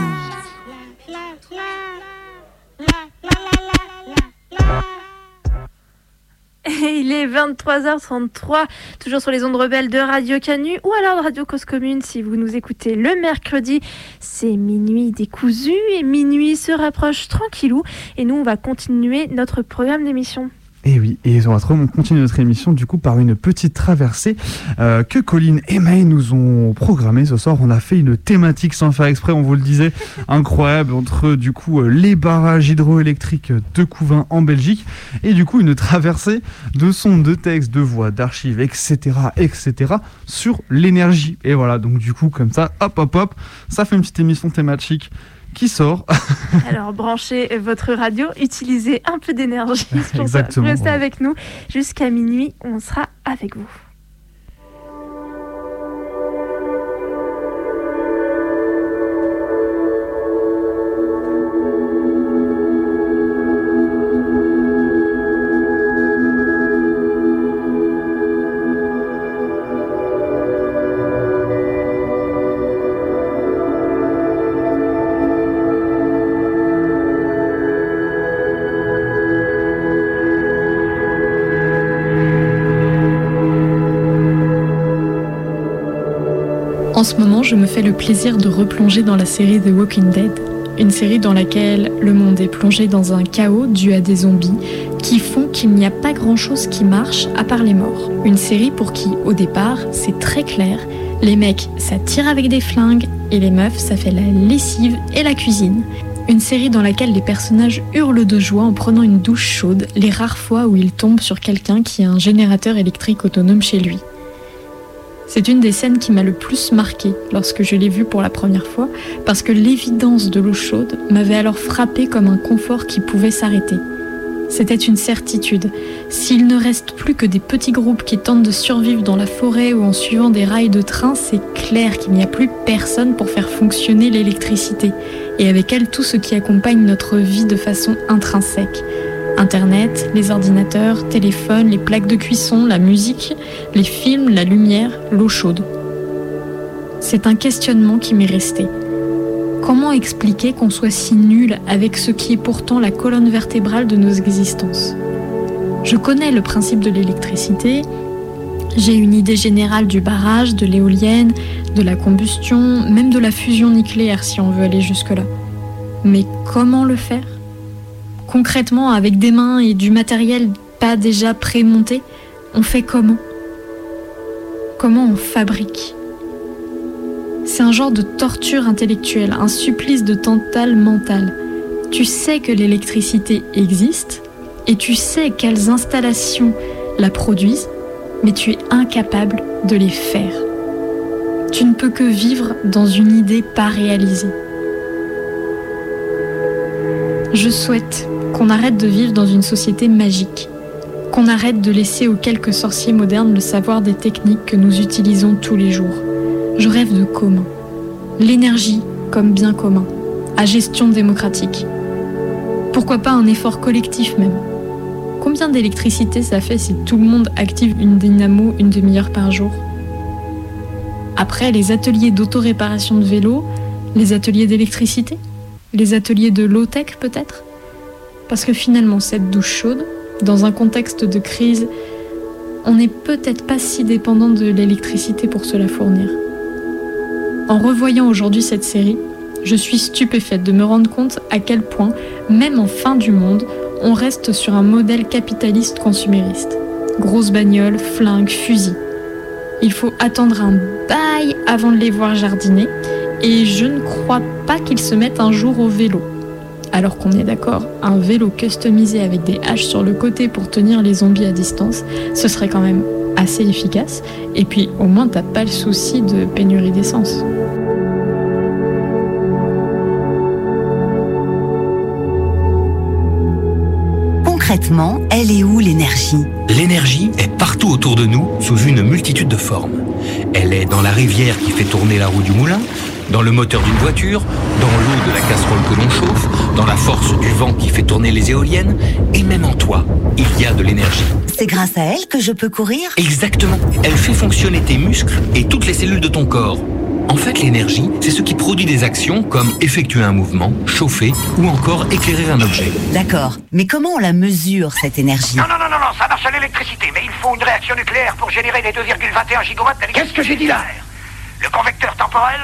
Et il est 23h33, toujours sur les ondes rebelles de Radio Canu ou alors de Radio Cause Commune si vous nous écoutez le mercredi. C'est minuit décousu et minuit se rapproche tranquillou et nous on va continuer notre programme d'émission. Et oui, et on va continuer notre émission du coup par une petite traversée que Colline et May nous ont programmée ce soir. On a fait une thématique sans faire exprès, on vous le disait, incroyable entre du coup les barrages hydroélectriques de Couvain en Belgique et du coup une traversée de sons, de textes, de voix, d'archives, etc., etc. sur l'énergie. Et voilà, donc du coup comme ça, hop, ça fait une petite émission thématique qui sort. Alors branchez votre radio, utilisez un peu d'énergie pour rester avec nous jusqu'à minuit, on sera avec vous. En ce moment, je me fais le plaisir de replonger dans la série The Walking Dead, une série dans laquelle le monde est plongé dans un chaos dû à des zombies qui font qu'il n'y a pas grand-chose qui marche à part les morts. Une série pour qui, au départ, c'est très clair, les mecs, ça tire avec des flingues et les meufs, ça fait la lessive et la cuisine. Une série dans laquelle les personnages hurlent de joie en prenant une douche chaude, les rares fois où ils tombent sur quelqu'un qui a un générateur électrique autonome chez lui. C'est une des scènes qui m'a le plus marquée lorsque je l'ai vue pour la première fois, parce que l'évidence de l'eau chaude m'avait alors frappée comme un confort qui pouvait s'arrêter. C'était une certitude. S'il ne reste plus que des petits groupes qui tentent de survivre dans la forêt ou en suivant des rails de train, c'est clair qu'il n'y a plus personne pour faire fonctionner l'électricité, et avec elle tout ce qui accompagne notre vie de façon intrinsèque. Internet, les ordinateurs, téléphones, les plaques de cuisson, la musique, les films, la lumière, l'eau chaude. C'est un questionnement qui m'est resté. Comment expliquer qu'on soit si nul avec ce qui est pourtant la colonne vertébrale de nos existences ? Je connais le principe de l'électricité, j'ai une idée générale du barrage, de l'éolienne, de la combustion, même de la fusion nucléaire si on veut aller jusque-là. Mais comment le faire ? Concrètement, avec des mains et du matériel pas déjà pré-monté, on fait comment ? Comment on fabrique ? C'est un genre de torture intellectuelle, un supplice de tantale mentale. Tu sais que l'électricité existe et tu sais quelles installations la produisent, mais tu es incapable de les faire. Tu ne peux que vivre dans une idée pas réalisée. Je souhaite qu'on arrête de vivre dans une société magique, qu'on arrête de laisser aux quelques sorciers modernes le savoir des techniques que nous utilisons tous les jours. Je rêve de commun. L'énergie comme bien commun, à gestion démocratique. Pourquoi pas un effort collectif même ? Combien d'électricité ça fait si tout le monde active une dynamo une demi-heure par jour ? Après, les ateliers d'autoréparation de vélos, les ateliers d'électricité ? Les ateliers de low-tech peut-être ? Parce que finalement, cette douche chaude, dans un contexte de crise, on n'est peut-être pas si dépendant de l'électricité pour se la fournir. En revoyant aujourd'hui cette série, je suis stupéfaite de me rendre compte à quel point, même en fin du monde, on reste sur un modèle capitaliste consumériste. Grosses bagnoles, flingues, fusils. Il faut attendre un bail avant de les voir jardiner, Et je ne crois pas qu'ils se mettent un jour au vélo. Alors qu'on est d'accord, un vélo customisé avec des haches sur le côté pour tenir les zombies à distance, ce serait quand même assez efficace. Et puis au moins t'as pas le souci de pénurie d'essence. Concrètement, elle est où l'énergie ? L'énergie est partout autour de nous, sous une multitude de formes. Elle est dans la rivière qui fait tourner la roue du moulin, dans le moteur d'une voiture, dans l'eau de la casserole que l'on chauffe, dans la force du vent qui fait tourner les éoliennes, et même en toi, il y a de l'énergie. C'est grâce à elle que je peux courir ? Exactement. Elle fait fonctionner tes muscles et toutes les cellules de ton corps. En fait, l'énergie, c'est ce qui produit des actions comme effectuer un mouvement, chauffer ou encore éclairer un objet. D'accord, mais comment on la mesure, cette énergie ? Non, ça marche à l'électricité, mais il faut une réaction nucléaire pour générer les 2,21 gigawatts d'électricité. Qu'est-ce que j'ai dit là ? Le convecteur temporel.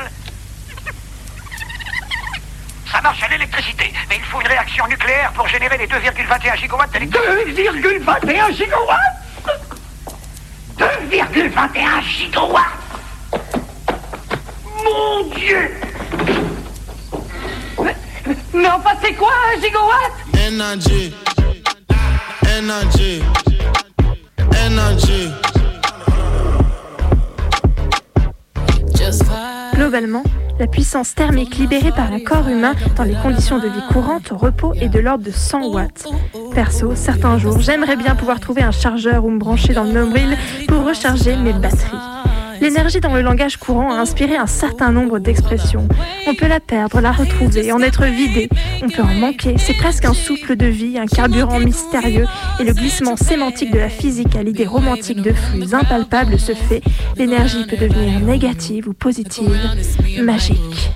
Ça marche à l'électricité, mais il faut une réaction nucléaire pour générer les 2,21 gigawatts d'électricité. 2,21 gigawatts 2,21 gigawatts. Mon Dieu! Mais enfin, c'est quoi un gigawatt? Energy. Globalement, la puissance thermique libérée par un corps humain dans les conditions de vie courantes au repos est de l'ordre de 100 watts. Perso, certains jours, j'aimerais bien pouvoir trouver un chargeur ou me brancher dans le nombril pour recharger mes batteries. L'énergie dans le langage courant a inspiré un certain nombre d'expressions. On peut la perdre, la retrouver, en être vidé. On peut en manquer. C'est presque un souffle de vie, un carburant mystérieux. Et le glissement sémantique de la physique à l'idée romantique de flux impalpables se fait. L'énergie peut devenir négative ou positive, magique.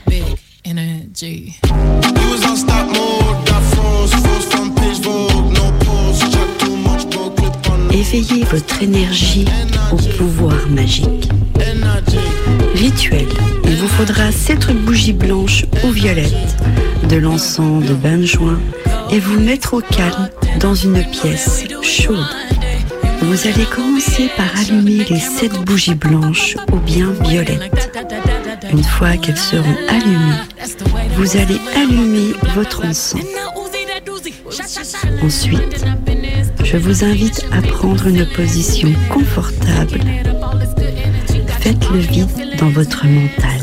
Éveillez votre énergie au pouvoir magique. Rituel. Il vous faudra 7 bougies blanches ou violettes, de l'encens de bain de joint et vous mettre au calme dans une pièce chaude. Vous allez commencer par allumer les 7 bougies blanches ou bien violettes. Une fois qu'elles seront allumées, vous allez allumer votre encens. Ensuite, je vous invite à prendre une position confortable. Faites le vide dans votre mental.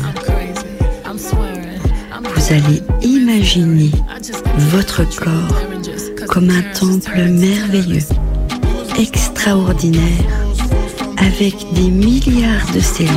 Vous allez imaginer votre corps comme un temple merveilleux, extraordinaire, avec des milliards de cellules.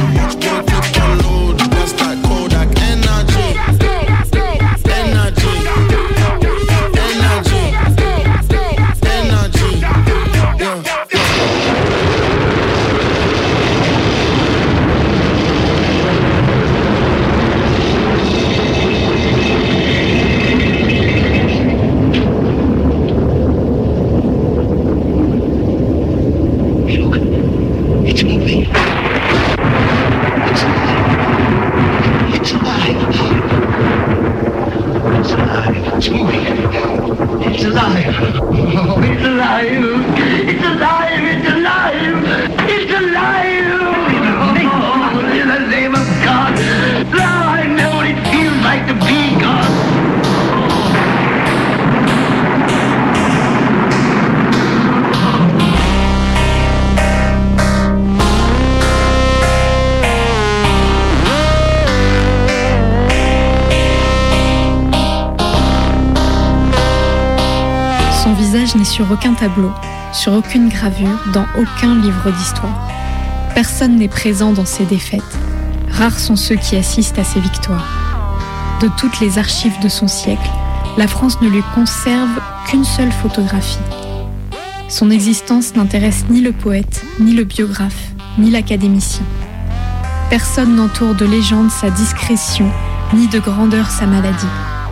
N'est sur aucun tableau, sur aucune gravure, dans aucun livre d'histoire. Personne n'est présent dans ses défaites. Rares sont ceux qui assistent à ses victoires. De toutes les archives de son siècle, la France ne lui conserve qu'une seule photographie. Son existence n'intéresse ni le poète, ni le biographe, ni l'académicien. Personne n'entoure de légende sa discrétion, ni de grandeur sa maladie.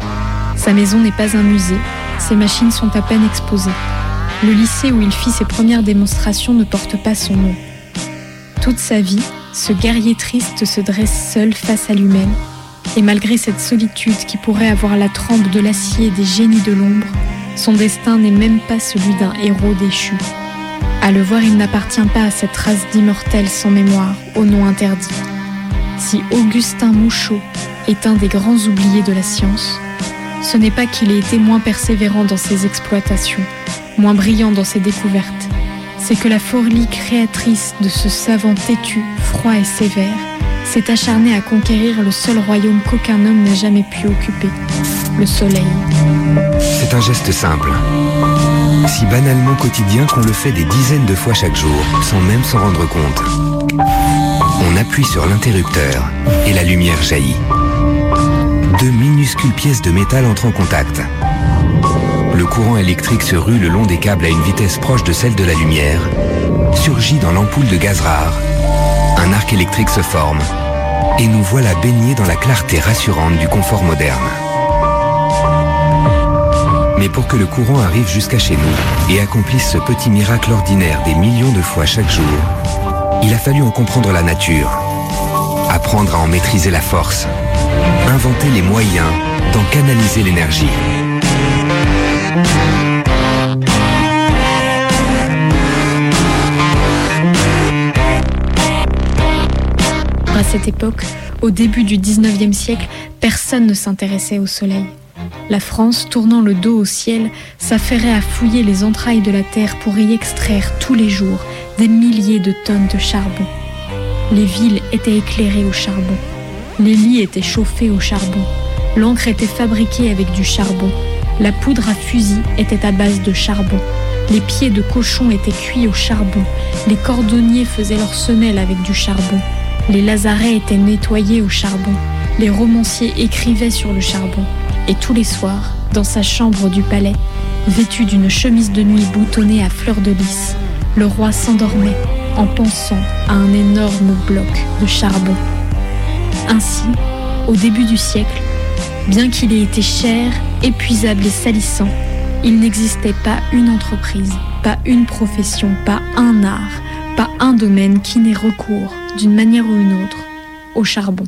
Sa maison n'est pas un musée. Ses machines sont à peine exposées. Le lycée où il fit ses premières démonstrations ne porte pas son nom. Toute sa vie, ce guerrier triste se dresse seul face à lui-même. Et malgré cette solitude qui pourrait avoir la trempe de l'acier des génies de l'ombre, son destin n'est même pas celui d'un héros déchu. À le voir, il n'appartient pas à cette race d'immortels sans mémoire, au nom interdit. si Augustin Mouchot est un des grands oubliés de la science, ce n'est pas qu'il ait été moins persévérant dans ses exploitations, moins brillant dans ses découvertes, c'est que la folie créatrice de ce savant têtu, froid et sévère s'est acharnée à conquérir le seul royaume qu'aucun homme n'a jamais pu occuper, le soleil. C'est un geste simple, si banalement quotidien qu'on le fait des dizaines de fois chaque jour, sans même s'en rendre compte. On appuie sur l'interrupteur et la lumière jaillit. 2 minuscules pièces de métal entrent en contact. Le courant électrique se rue le long des câbles à une vitesse proche de celle de la lumière. Surgit dans l'ampoule de gaz rare. Un arc électrique se forme. Et nous voilà baignés dans la clarté rassurante du confort moderne. Mais pour que le courant arrive jusqu'à chez nous et accomplisse ce petit miracle ordinaire des millions de fois chaque jour, il a fallu en comprendre la nature, apprendre à en maîtriser la force, inventer les moyens d'en canaliser l'énergie. À cette époque, au début du 19e siècle, personne ne s'intéressait au soleil. La France, tournant le dos au ciel, s'affairait à fouiller les entrailles de la terre pour y extraire tous les jours des milliers de tonnes de charbon. Les villes étaient éclairées au charbon. Les lits étaient chauffés au charbon. L'encre était fabriquée avec du charbon. La poudre à fusil était à base de charbon. Les pieds de cochon étaient cuits au charbon. Les cordonniers faisaient leurs semelles avec du charbon. Les lazarets étaient nettoyés au charbon. Les romanciers écrivaient sur le charbon. Et tous les soirs, dans sa chambre du palais, vêtu d'une chemise de nuit boutonnée à fleurs de lys, le roi s'endormait en pensant à un énorme bloc de charbon. Ainsi, au début du siècle, bien qu'il ait été cher, épuisable et salissant, il n'existait pas une entreprise, pas une profession, pas un art, pas un domaine qui n'ait recours, d'une manière ou une autre, au charbon.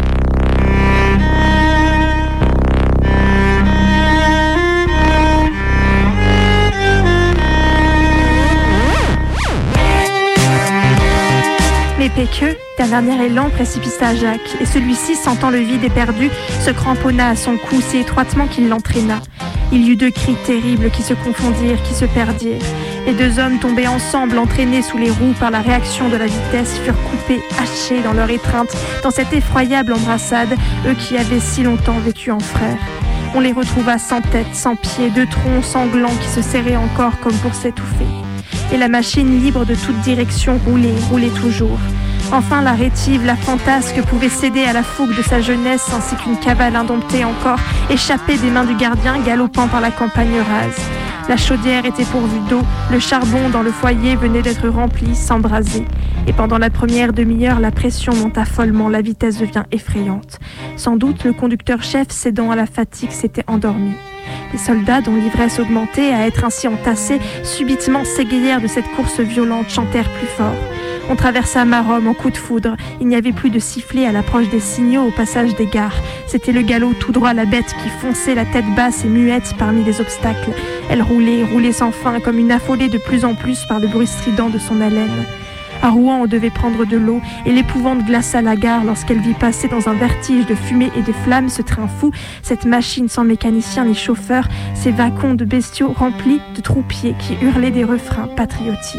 Mais Péqueux, d'un dernier élan, précipita Jacques, et celui-ci, sentant le vide éperdu, se cramponna à son cou si étroitement qu'il l'entraîna. Il y eut 2 cris terribles qui se confondirent, qui se perdirent. Les 2 hommes tombés ensemble, entraînés sous les roues par la réaction de la vitesse, furent coupés, hachés dans leur étreinte, dans cette effroyable embrassade, eux qui avaient si longtemps vécu en frères. On les retrouva sans tête, sans pied, 2 troncs sanglants qui se serraient encore comme pour s'étouffer. Et la machine, libre de toute direction, roulait toujours. Enfin, la rétive, la fantasque, pouvait céder à la fougue de sa jeunesse, ainsi qu'une cavale indomptée encore, échappée des mains du gardien, galopant par la campagne rase. La chaudière était pourvue d'eau, le charbon dans le foyer venait d'être rempli, s'embraser. Et pendant la première demi-heure, la pression monta follement, la vitesse devint effrayante. Sans doute, le conducteur-chef, cédant à la fatigue, s'était endormi. Les soldats, dont l'ivresse augmentait à être ainsi entassés, subitement s'égayèrent de cette course violente, chantèrent plus fort. On traversa Maromme en coup de foudre. Il n'y avait plus de sifflet à l'approche des signaux au passage des gares. C'était le galop tout droit, la bête qui fonçait la tête basse et muette parmi les obstacles. Elle roulait sans fin, comme une affolée de plus en plus par le bruit strident de son haleine. À Rouen, on devait prendre de l'eau, et l'épouvante glaça la gare lorsqu'elle vit passer dans un vertige de fumée et de flammes ce train fou, cette machine sans mécanicien ni chauffeur, ces wagons de bestiaux remplis de troupiers qui hurlaient des refrains patriotiques.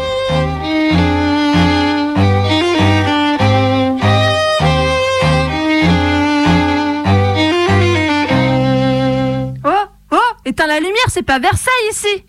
Oh, éteins la lumière, c'est pas Versailles ici.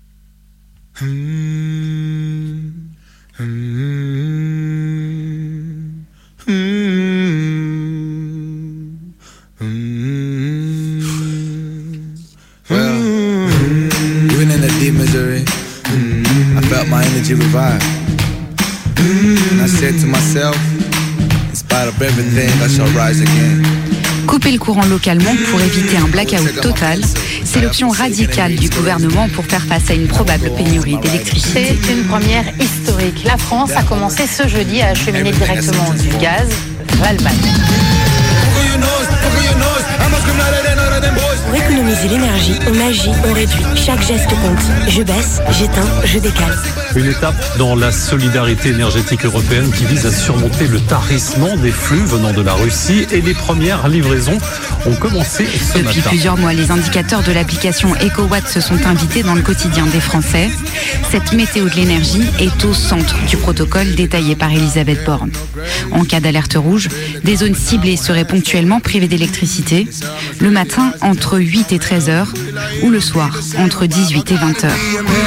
Even in the deep misery, I felt my energy revive. And I said to myself, in spite of everything, I shall rise again. Couper le courant localement pour éviter un blackout total, c'est l'option radicale du gouvernement pour faire face à une probable pénurie d'électricité. C'est une première historique. La France a commencé ce jeudi à acheminer directement du gaz vers l'Allemagne. Pour économiser économiser l'énergie, on agit, on réduit. Chaque geste compte. Je baisse, j'éteins, je décale. Une étape dans la solidarité énergétique européenne qui vise à surmonter le tarissement des flux venant de la Russie, et les premières livraisons ont commencé ce matin. Depuis plusieurs mois, les indicateurs de l'application EcoWatt se sont invités dans le quotidien des Français. Cette météo de l'énergie est au centre du protocole détaillé par Elisabeth Borne. En cas d'alerte rouge, des zones ciblées seraient ponctuellement privées d'électricité, le matin entre 8 et 13 heures ou le soir entre 18 et 20 heures.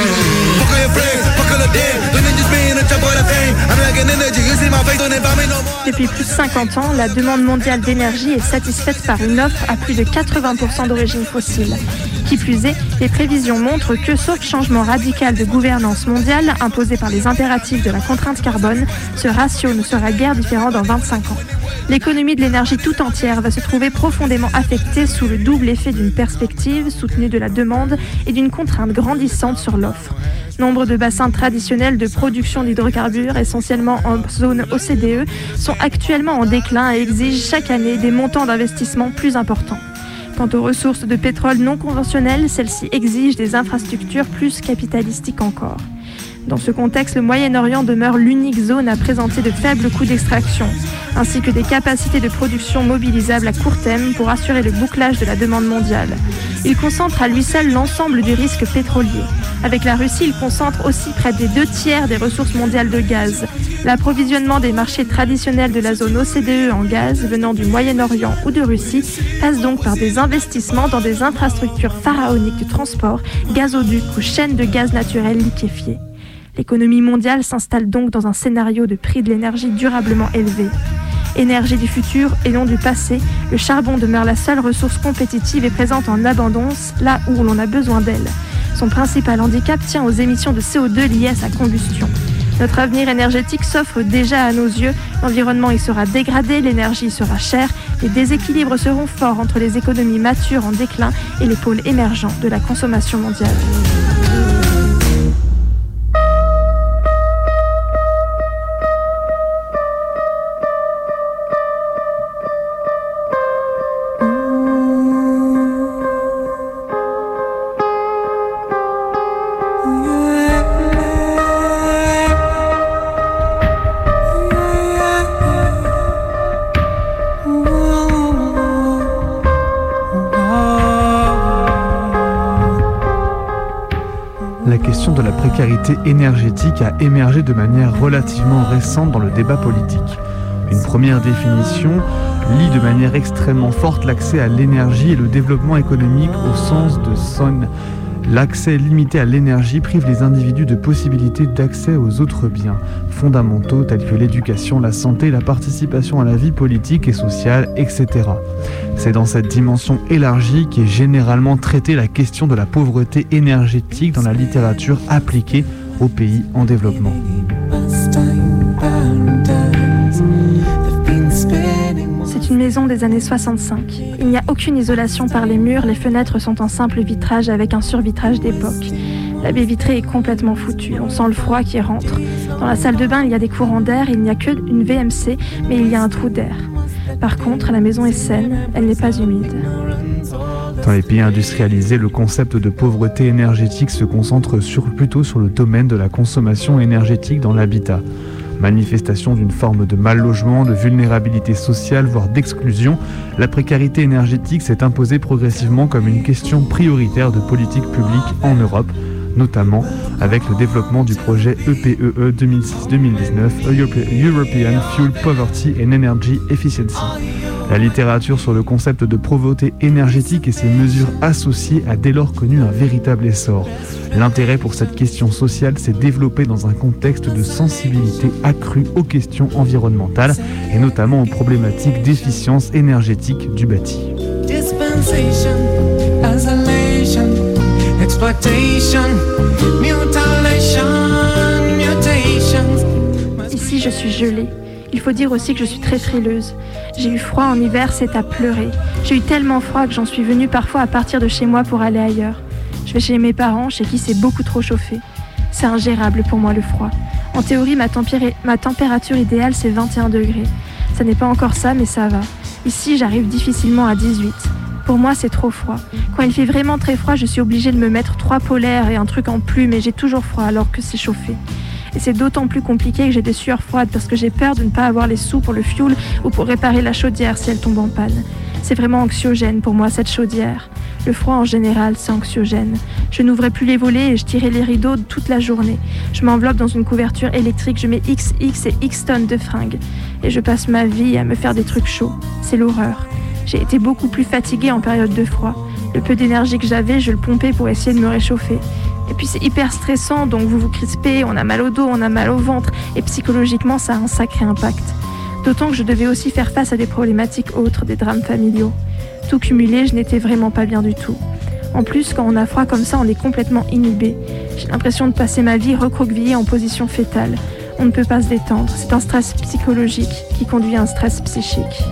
Depuis plus de 50 ans, la demande mondiale d'énergie est satisfaite par une offre à plus de 80% d'origine fossile. Qui plus est, les prévisions montrent que, sauf changement radical de gouvernance mondiale imposé par les impératifs de la contrainte carbone, ce ratio ne sera guère différent dans 25 ans. L'économie de l'énergie tout entière va se trouver profondément affectée sous le double effet d'une perspective soutenue de la demande et d'une contrainte grandissante sur l'offre. Nombre de bassins traditionnels de production d'hydrocarbures, essentiellement en zone OCDE, sont actuellement en déclin et exigent chaque année des montants d'investissement plus importants. Quant aux ressources de pétrole non conventionnelles, celles-ci exigent des infrastructures plus capitalistiques encore. Dans ce contexte, le Moyen-Orient demeure l'unique zone à présenter de faibles coûts d'extraction, ainsi que des capacités de production mobilisables à court terme pour assurer le bouclage de la demande mondiale. Il concentre à lui seul l'ensemble du risque pétrolier. Avec la Russie, il concentre aussi près des 2/3 des ressources mondiales de gaz. L'approvisionnement des marchés traditionnels de la zone OCDE en gaz venant du Moyen-Orient ou de Russie passe donc par des investissements dans des infrastructures pharaoniques de transport, gazoducs ou chaînes de gaz naturel liquéfié. L'économie mondiale s'installe donc dans un scénario de prix de l'énergie durablement élevé. Énergie du futur et non du passé, le charbon demeure la seule ressource compétitive et présente en abondance là où l'on a besoin d'elle. Son principal handicap tient aux émissions de CO2 liées à sa combustion. Notre avenir énergétique s'offre déjà à nos yeux, l'environnement y sera dégradé, l'énergie y sera chère, les déséquilibres seront forts entre les économies matures en déclin et les pôles émergents de la consommation mondiale. La question de la précarité énergétique a émergé de manière relativement récente dans le débat politique. Une première définition lie de manière extrêmement forte l'accès à l'énergie et le développement économique au sens de son. L'accès limité à l'énergie prive les individus de possibilités d'accès aux autres biens fondamentaux tels que l'éducation, la santé, la participation à la vie politique et sociale, etc. C'est dans cette dimension élargie qu'est généralement traitée la question de la pauvreté énergétique dans la littérature appliquée aux pays en développement. C'est une maison des années 65. Il n'y a aucune isolation par les murs, les fenêtres sont en simple vitrage avec un survitrage d'époque. La baie vitrée est complètement foutue, on sent le froid qui rentre. Dans la salle de bain, il y a des courants d'air, il n'y a que une VMC, mais il y a un trou d'air. Par contre, la maison est saine, elle n'est pas humide. Dans les pays industrialisés, le concept de pauvreté énergétique se concentre plutôt sur le domaine de la consommation énergétique dans l'habitat. Manifestation d'une forme de mal-logement, de vulnérabilité sociale, voire d'exclusion, la précarité énergétique s'est imposée progressivement comme une question prioritaire de politique publique en Europe, notamment avec le développement du projet EPEE 2006-2019, European Fuel Poverty and Energy Efficiency. La littérature sur le concept de pauvreté énergétique et ses mesures associées a dès lors connu un véritable essor. L'intérêt pour cette question sociale s'est développé dans un contexte de sensibilité accrue aux questions environnementales et notamment aux problématiques d'efficience énergétique du bâti. Ici, je suis gelée. Il faut dire aussi que je suis très frileuse. J'ai eu froid en hiver, c'est à pleurer. J'ai eu tellement froid que j'en suis venue parfois à partir de chez moi pour aller ailleurs. Je vais chez mes parents, chez qui c'est beaucoup trop chauffé. C'est ingérable pour moi le froid. En théorie, ma température idéale, c'est 21 degrés. Ça n'est pas encore ça, mais ça va. Ici, j'arrive difficilement à 18. Pour moi, c'est trop froid. Quand il fait vraiment très froid, je suis obligée de me mettre 3 polaires et un truc en plume et j'ai toujours froid alors que c'est chauffé. Et c'est d'autant plus compliqué que j'ai des sueurs froides parce que j'ai peur de ne pas avoir les sous pour le fioul ou pour réparer la chaudière si elle tombe en panne. C'est vraiment anxiogène pour moi cette chaudière. Le froid en général, c'est anxiogène. Je n'ouvrais plus les volets et je tirais les rideaux toute la journée. Je m'enveloppe dans une couverture électrique, je mets XX et X tonnes de fringues. Et je passe ma vie à me faire des trucs chauds. C'est l'horreur. J'ai été beaucoup plus fatiguée en période de froid. Le peu d'énergie que j'avais, je le pompais pour essayer de me réchauffer. Et puis c'est hyper stressant, donc vous vous crispez, on a mal au dos, on a mal au ventre, et psychologiquement ça a un sacré impact. D'autant que je devais aussi faire face à des problématiques autres, des drames familiaux. Tout cumulé, je n'étais vraiment pas bien du tout. En plus, quand on a froid comme ça, on est complètement inhibé. J'ai l'impression de passer ma vie recroquevillée en position fétale. On ne peut pas se détendre, c'est un stress psychologique qui conduit à un stress psychique.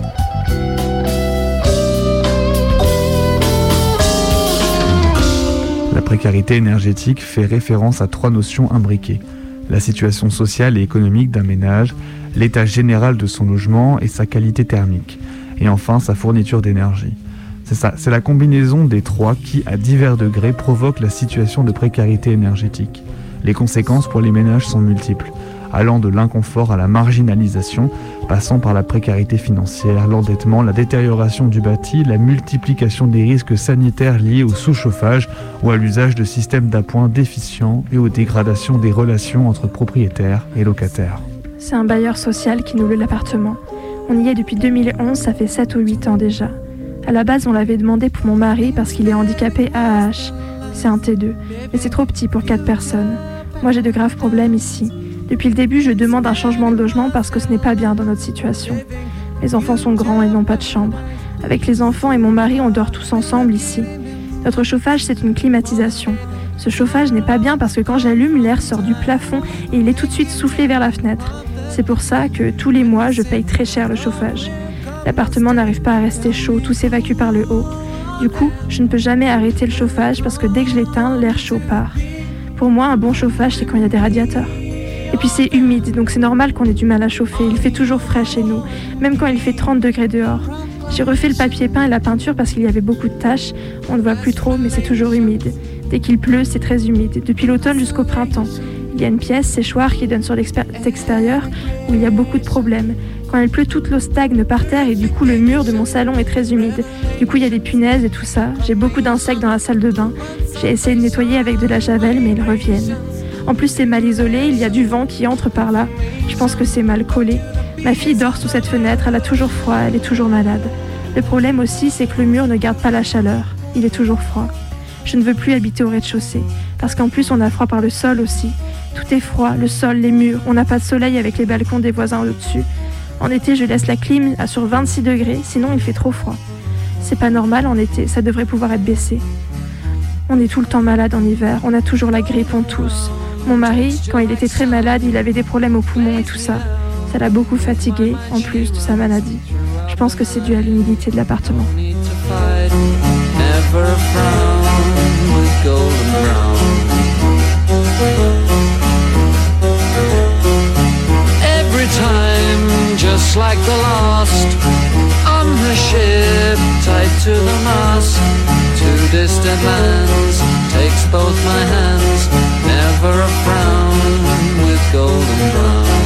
La précarité énergétique fait référence à 3 notions imbriquées. La situation sociale et économique d'un ménage, l'état général de son logement et sa qualité thermique. Et enfin, sa fourniture d'énergie. C'est ça, c'est la combinaison des 3 qui, à divers degrés, provoque la situation de précarité énergétique. Les conséquences pour les ménages sont multiples, allant de l'inconfort à la marginalisation, passant par la précarité financière, l'endettement, la détérioration du bâti, la multiplication des risques sanitaires liés au sous-chauffage ou à l'usage de systèmes d'appoint déficients et aux dégradations des relations entre propriétaires et locataires. C'est un bailleur social qui nous loue l'appartement. On y est depuis 2011, ça fait 7 ou 8 ans déjà. À la base, on l'avait demandé pour mon mari parce qu'il est handicapé AAH. C'est un T2, mais c'est trop petit pour 4 personnes. Moi, j'ai de graves problèmes ici. Depuis le début, je demande un changement de logement parce que ce n'est pas bien dans notre situation. Mes enfants sont grands et n'ont pas de chambre. Avec les enfants et mon mari, on dort tous ensemble ici. Notre chauffage, c'est une climatisation. Ce chauffage n'est pas bien parce que quand j'allume, l'air sort du plafond et il est tout de suite soufflé vers la fenêtre. C'est pour ça que tous les mois, je paye très cher le chauffage. L'appartement n'arrive pas à rester chaud, tout s'évacue par le haut. Du coup, je ne peux jamais arrêter le chauffage parce que dès que je l'éteins, l'air chaud part. Pour moi, un bon chauffage, c'est quand il y a des radiateurs. Et puis c'est humide, donc c'est normal qu'on ait du mal à chauffer. Il fait toujours frais chez nous, même quand il fait 30 degrés dehors. J'ai refait le papier peint et la peinture parce qu'il y avait beaucoup de taches. On ne voit plus trop, mais c'est toujours humide. Dès qu'il pleut, c'est très humide, depuis l'automne jusqu'au printemps. Il y a une pièce, séchoir, qui donne sur l'extérieur, où il y a beaucoup de problèmes. Quand il pleut, toute l'eau stagne par terre et du coup le mur de mon salon est très humide. Du coup il y a des punaises et tout ça. J'ai beaucoup d'insectes dans la salle de bain. J'ai essayé de nettoyer avec de la javel, mais ils reviennent. En plus c'est mal isolé, il y a du vent qui entre par là. Je pense que c'est mal collé. Ma fille dort sous cette fenêtre, elle a toujours froid, elle est toujours malade. Le problème aussi, c'est que le mur ne garde pas la chaleur. Il est toujours froid. Je ne veux plus habiter au rez-de-chaussée, parce qu'en plus on a froid par le sol aussi. Tout est froid, le sol, les murs, on n'a pas de soleil avec les balcons des voisins au-dessus. En été, je laisse la clim sur 26 degrés, sinon il fait trop froid. C'est pas normal en été, ça devrait pouvoir être baissé. On est tout le temps malade en hiver, on a toujours la grippe, on tousse. Mon mari, quand il était très malade, il avait des problèmes aux poumons et tout ça. Ça l'a beaucoup fatigué, en plus de sa maladie. Je pense que c'est dû à l'humidité de l'appartement. Every time, just like the last, on the ship, tied to the mast, two distant lands, takes both my hands, never a frown, with golden brown.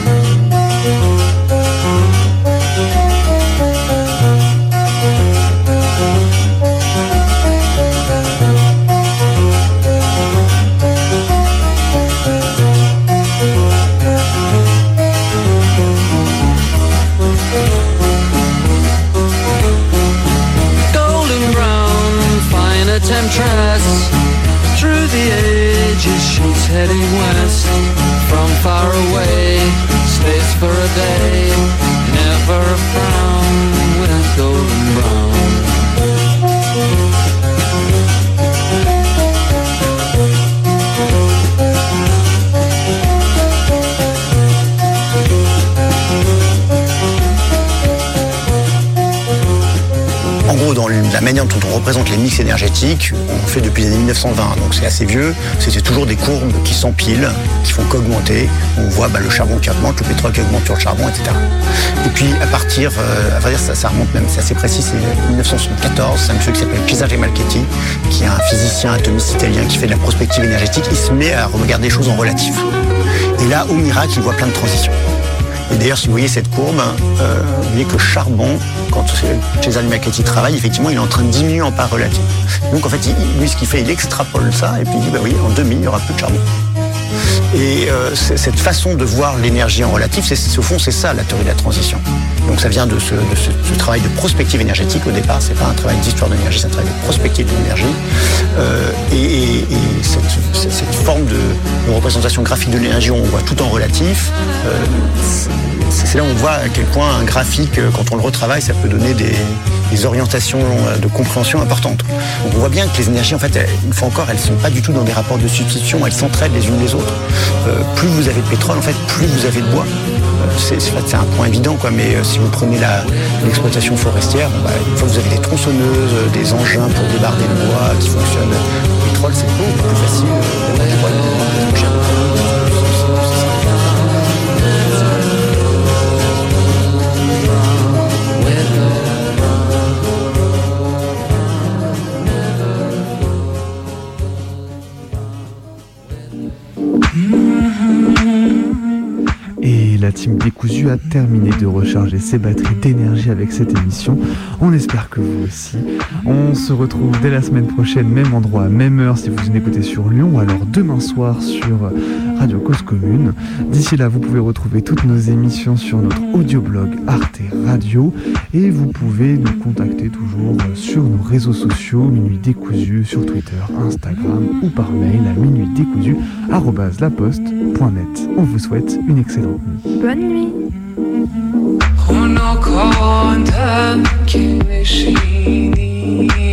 Temptress, through the ages she's heading west, from far away, stays for a day, never a frown, with golden brown. En gros, dans la manière dont on représente les mix énergétiques, on fait depuis les années 1920, donc c'est assez vieux. C'est toujours des courbes qui s'empilent, qui font qu'augmenter. On voit le charbon qui augmente, le pétrole qui augmente sur le charbon, etc. Et puis à partir, à vrai dire, ça remonte même, c'est assez précis, c'est 1974, c'est un monsieur qui s'appelle Cesare Malchetti, qui est un physicien atomiste italien qui fait de la prospective énergétique. Il se met à regarder les choses en relatif. Et là, au miracle, il voit plein de transitions. Et d'ailleurs, si vous voyez cette courbe, vous voyez que le charbon, quand Cesare Malchetti travaille, effectivement, il est en train de diminuer en part relative. Donc en fait, lui, ce qu'il fait, il extrapole ça, et puis il dit, oui, en 2000, il n'y aura plus de charbon. Et cette façon de voir l'énergie en relatif, au fond, c'est ça la théorie de la transition. Donc ça vient de ce travail de prospective énergétique au départ, c'est pas un travail d'histoire de l'énergie, c'est un travail de prospective de l'énergie. Et cette forme de représentation graphique de l'énergie où on voit tout en relatif, c'est là où on voit à quel point un graphique, quand on le retravaille, ça peut donner des orientations de compréhension importantes. Donc on voit bien que les énergies, en fait, une fois encore, elles ne sont pas du tout dans des rapports de substitution, elles s'entraident les unes les autres. Plus vous avez de pétrole, en fait, plus vous avez de bois. C'est un point évident, quoi, mais si vous prenez l'exploitation forestière, une fois que vous avez des tronçonneuses, des engins pour débarder le bois qui fonctionnent, le pétrole, c'est beaucoup plus facile d'avoir du bois, plus cher. Et la team Décousu a terminé de recharger ses batteries d'énergie avec cette émission. On espère que vous aussi. On se retrouve dès la semaine prochaine, même endroit, même heure si vous nous écoutez sur Lyon, ou alors demain soir sur Radio Cause Commune. D'ici là, vous pouvez retrouver toutes nos émissions sur notre audioblog Arte Radio, et vous pouvez nous contacter toujours sur nos réseaux sociaux, Minuit Décousu, sur Twitter, Instagram ou par mail à minuitdécousu@laposte.net. On vous souhaite une excellente nuit. Bonne nuit. خنک آن تن که نشینی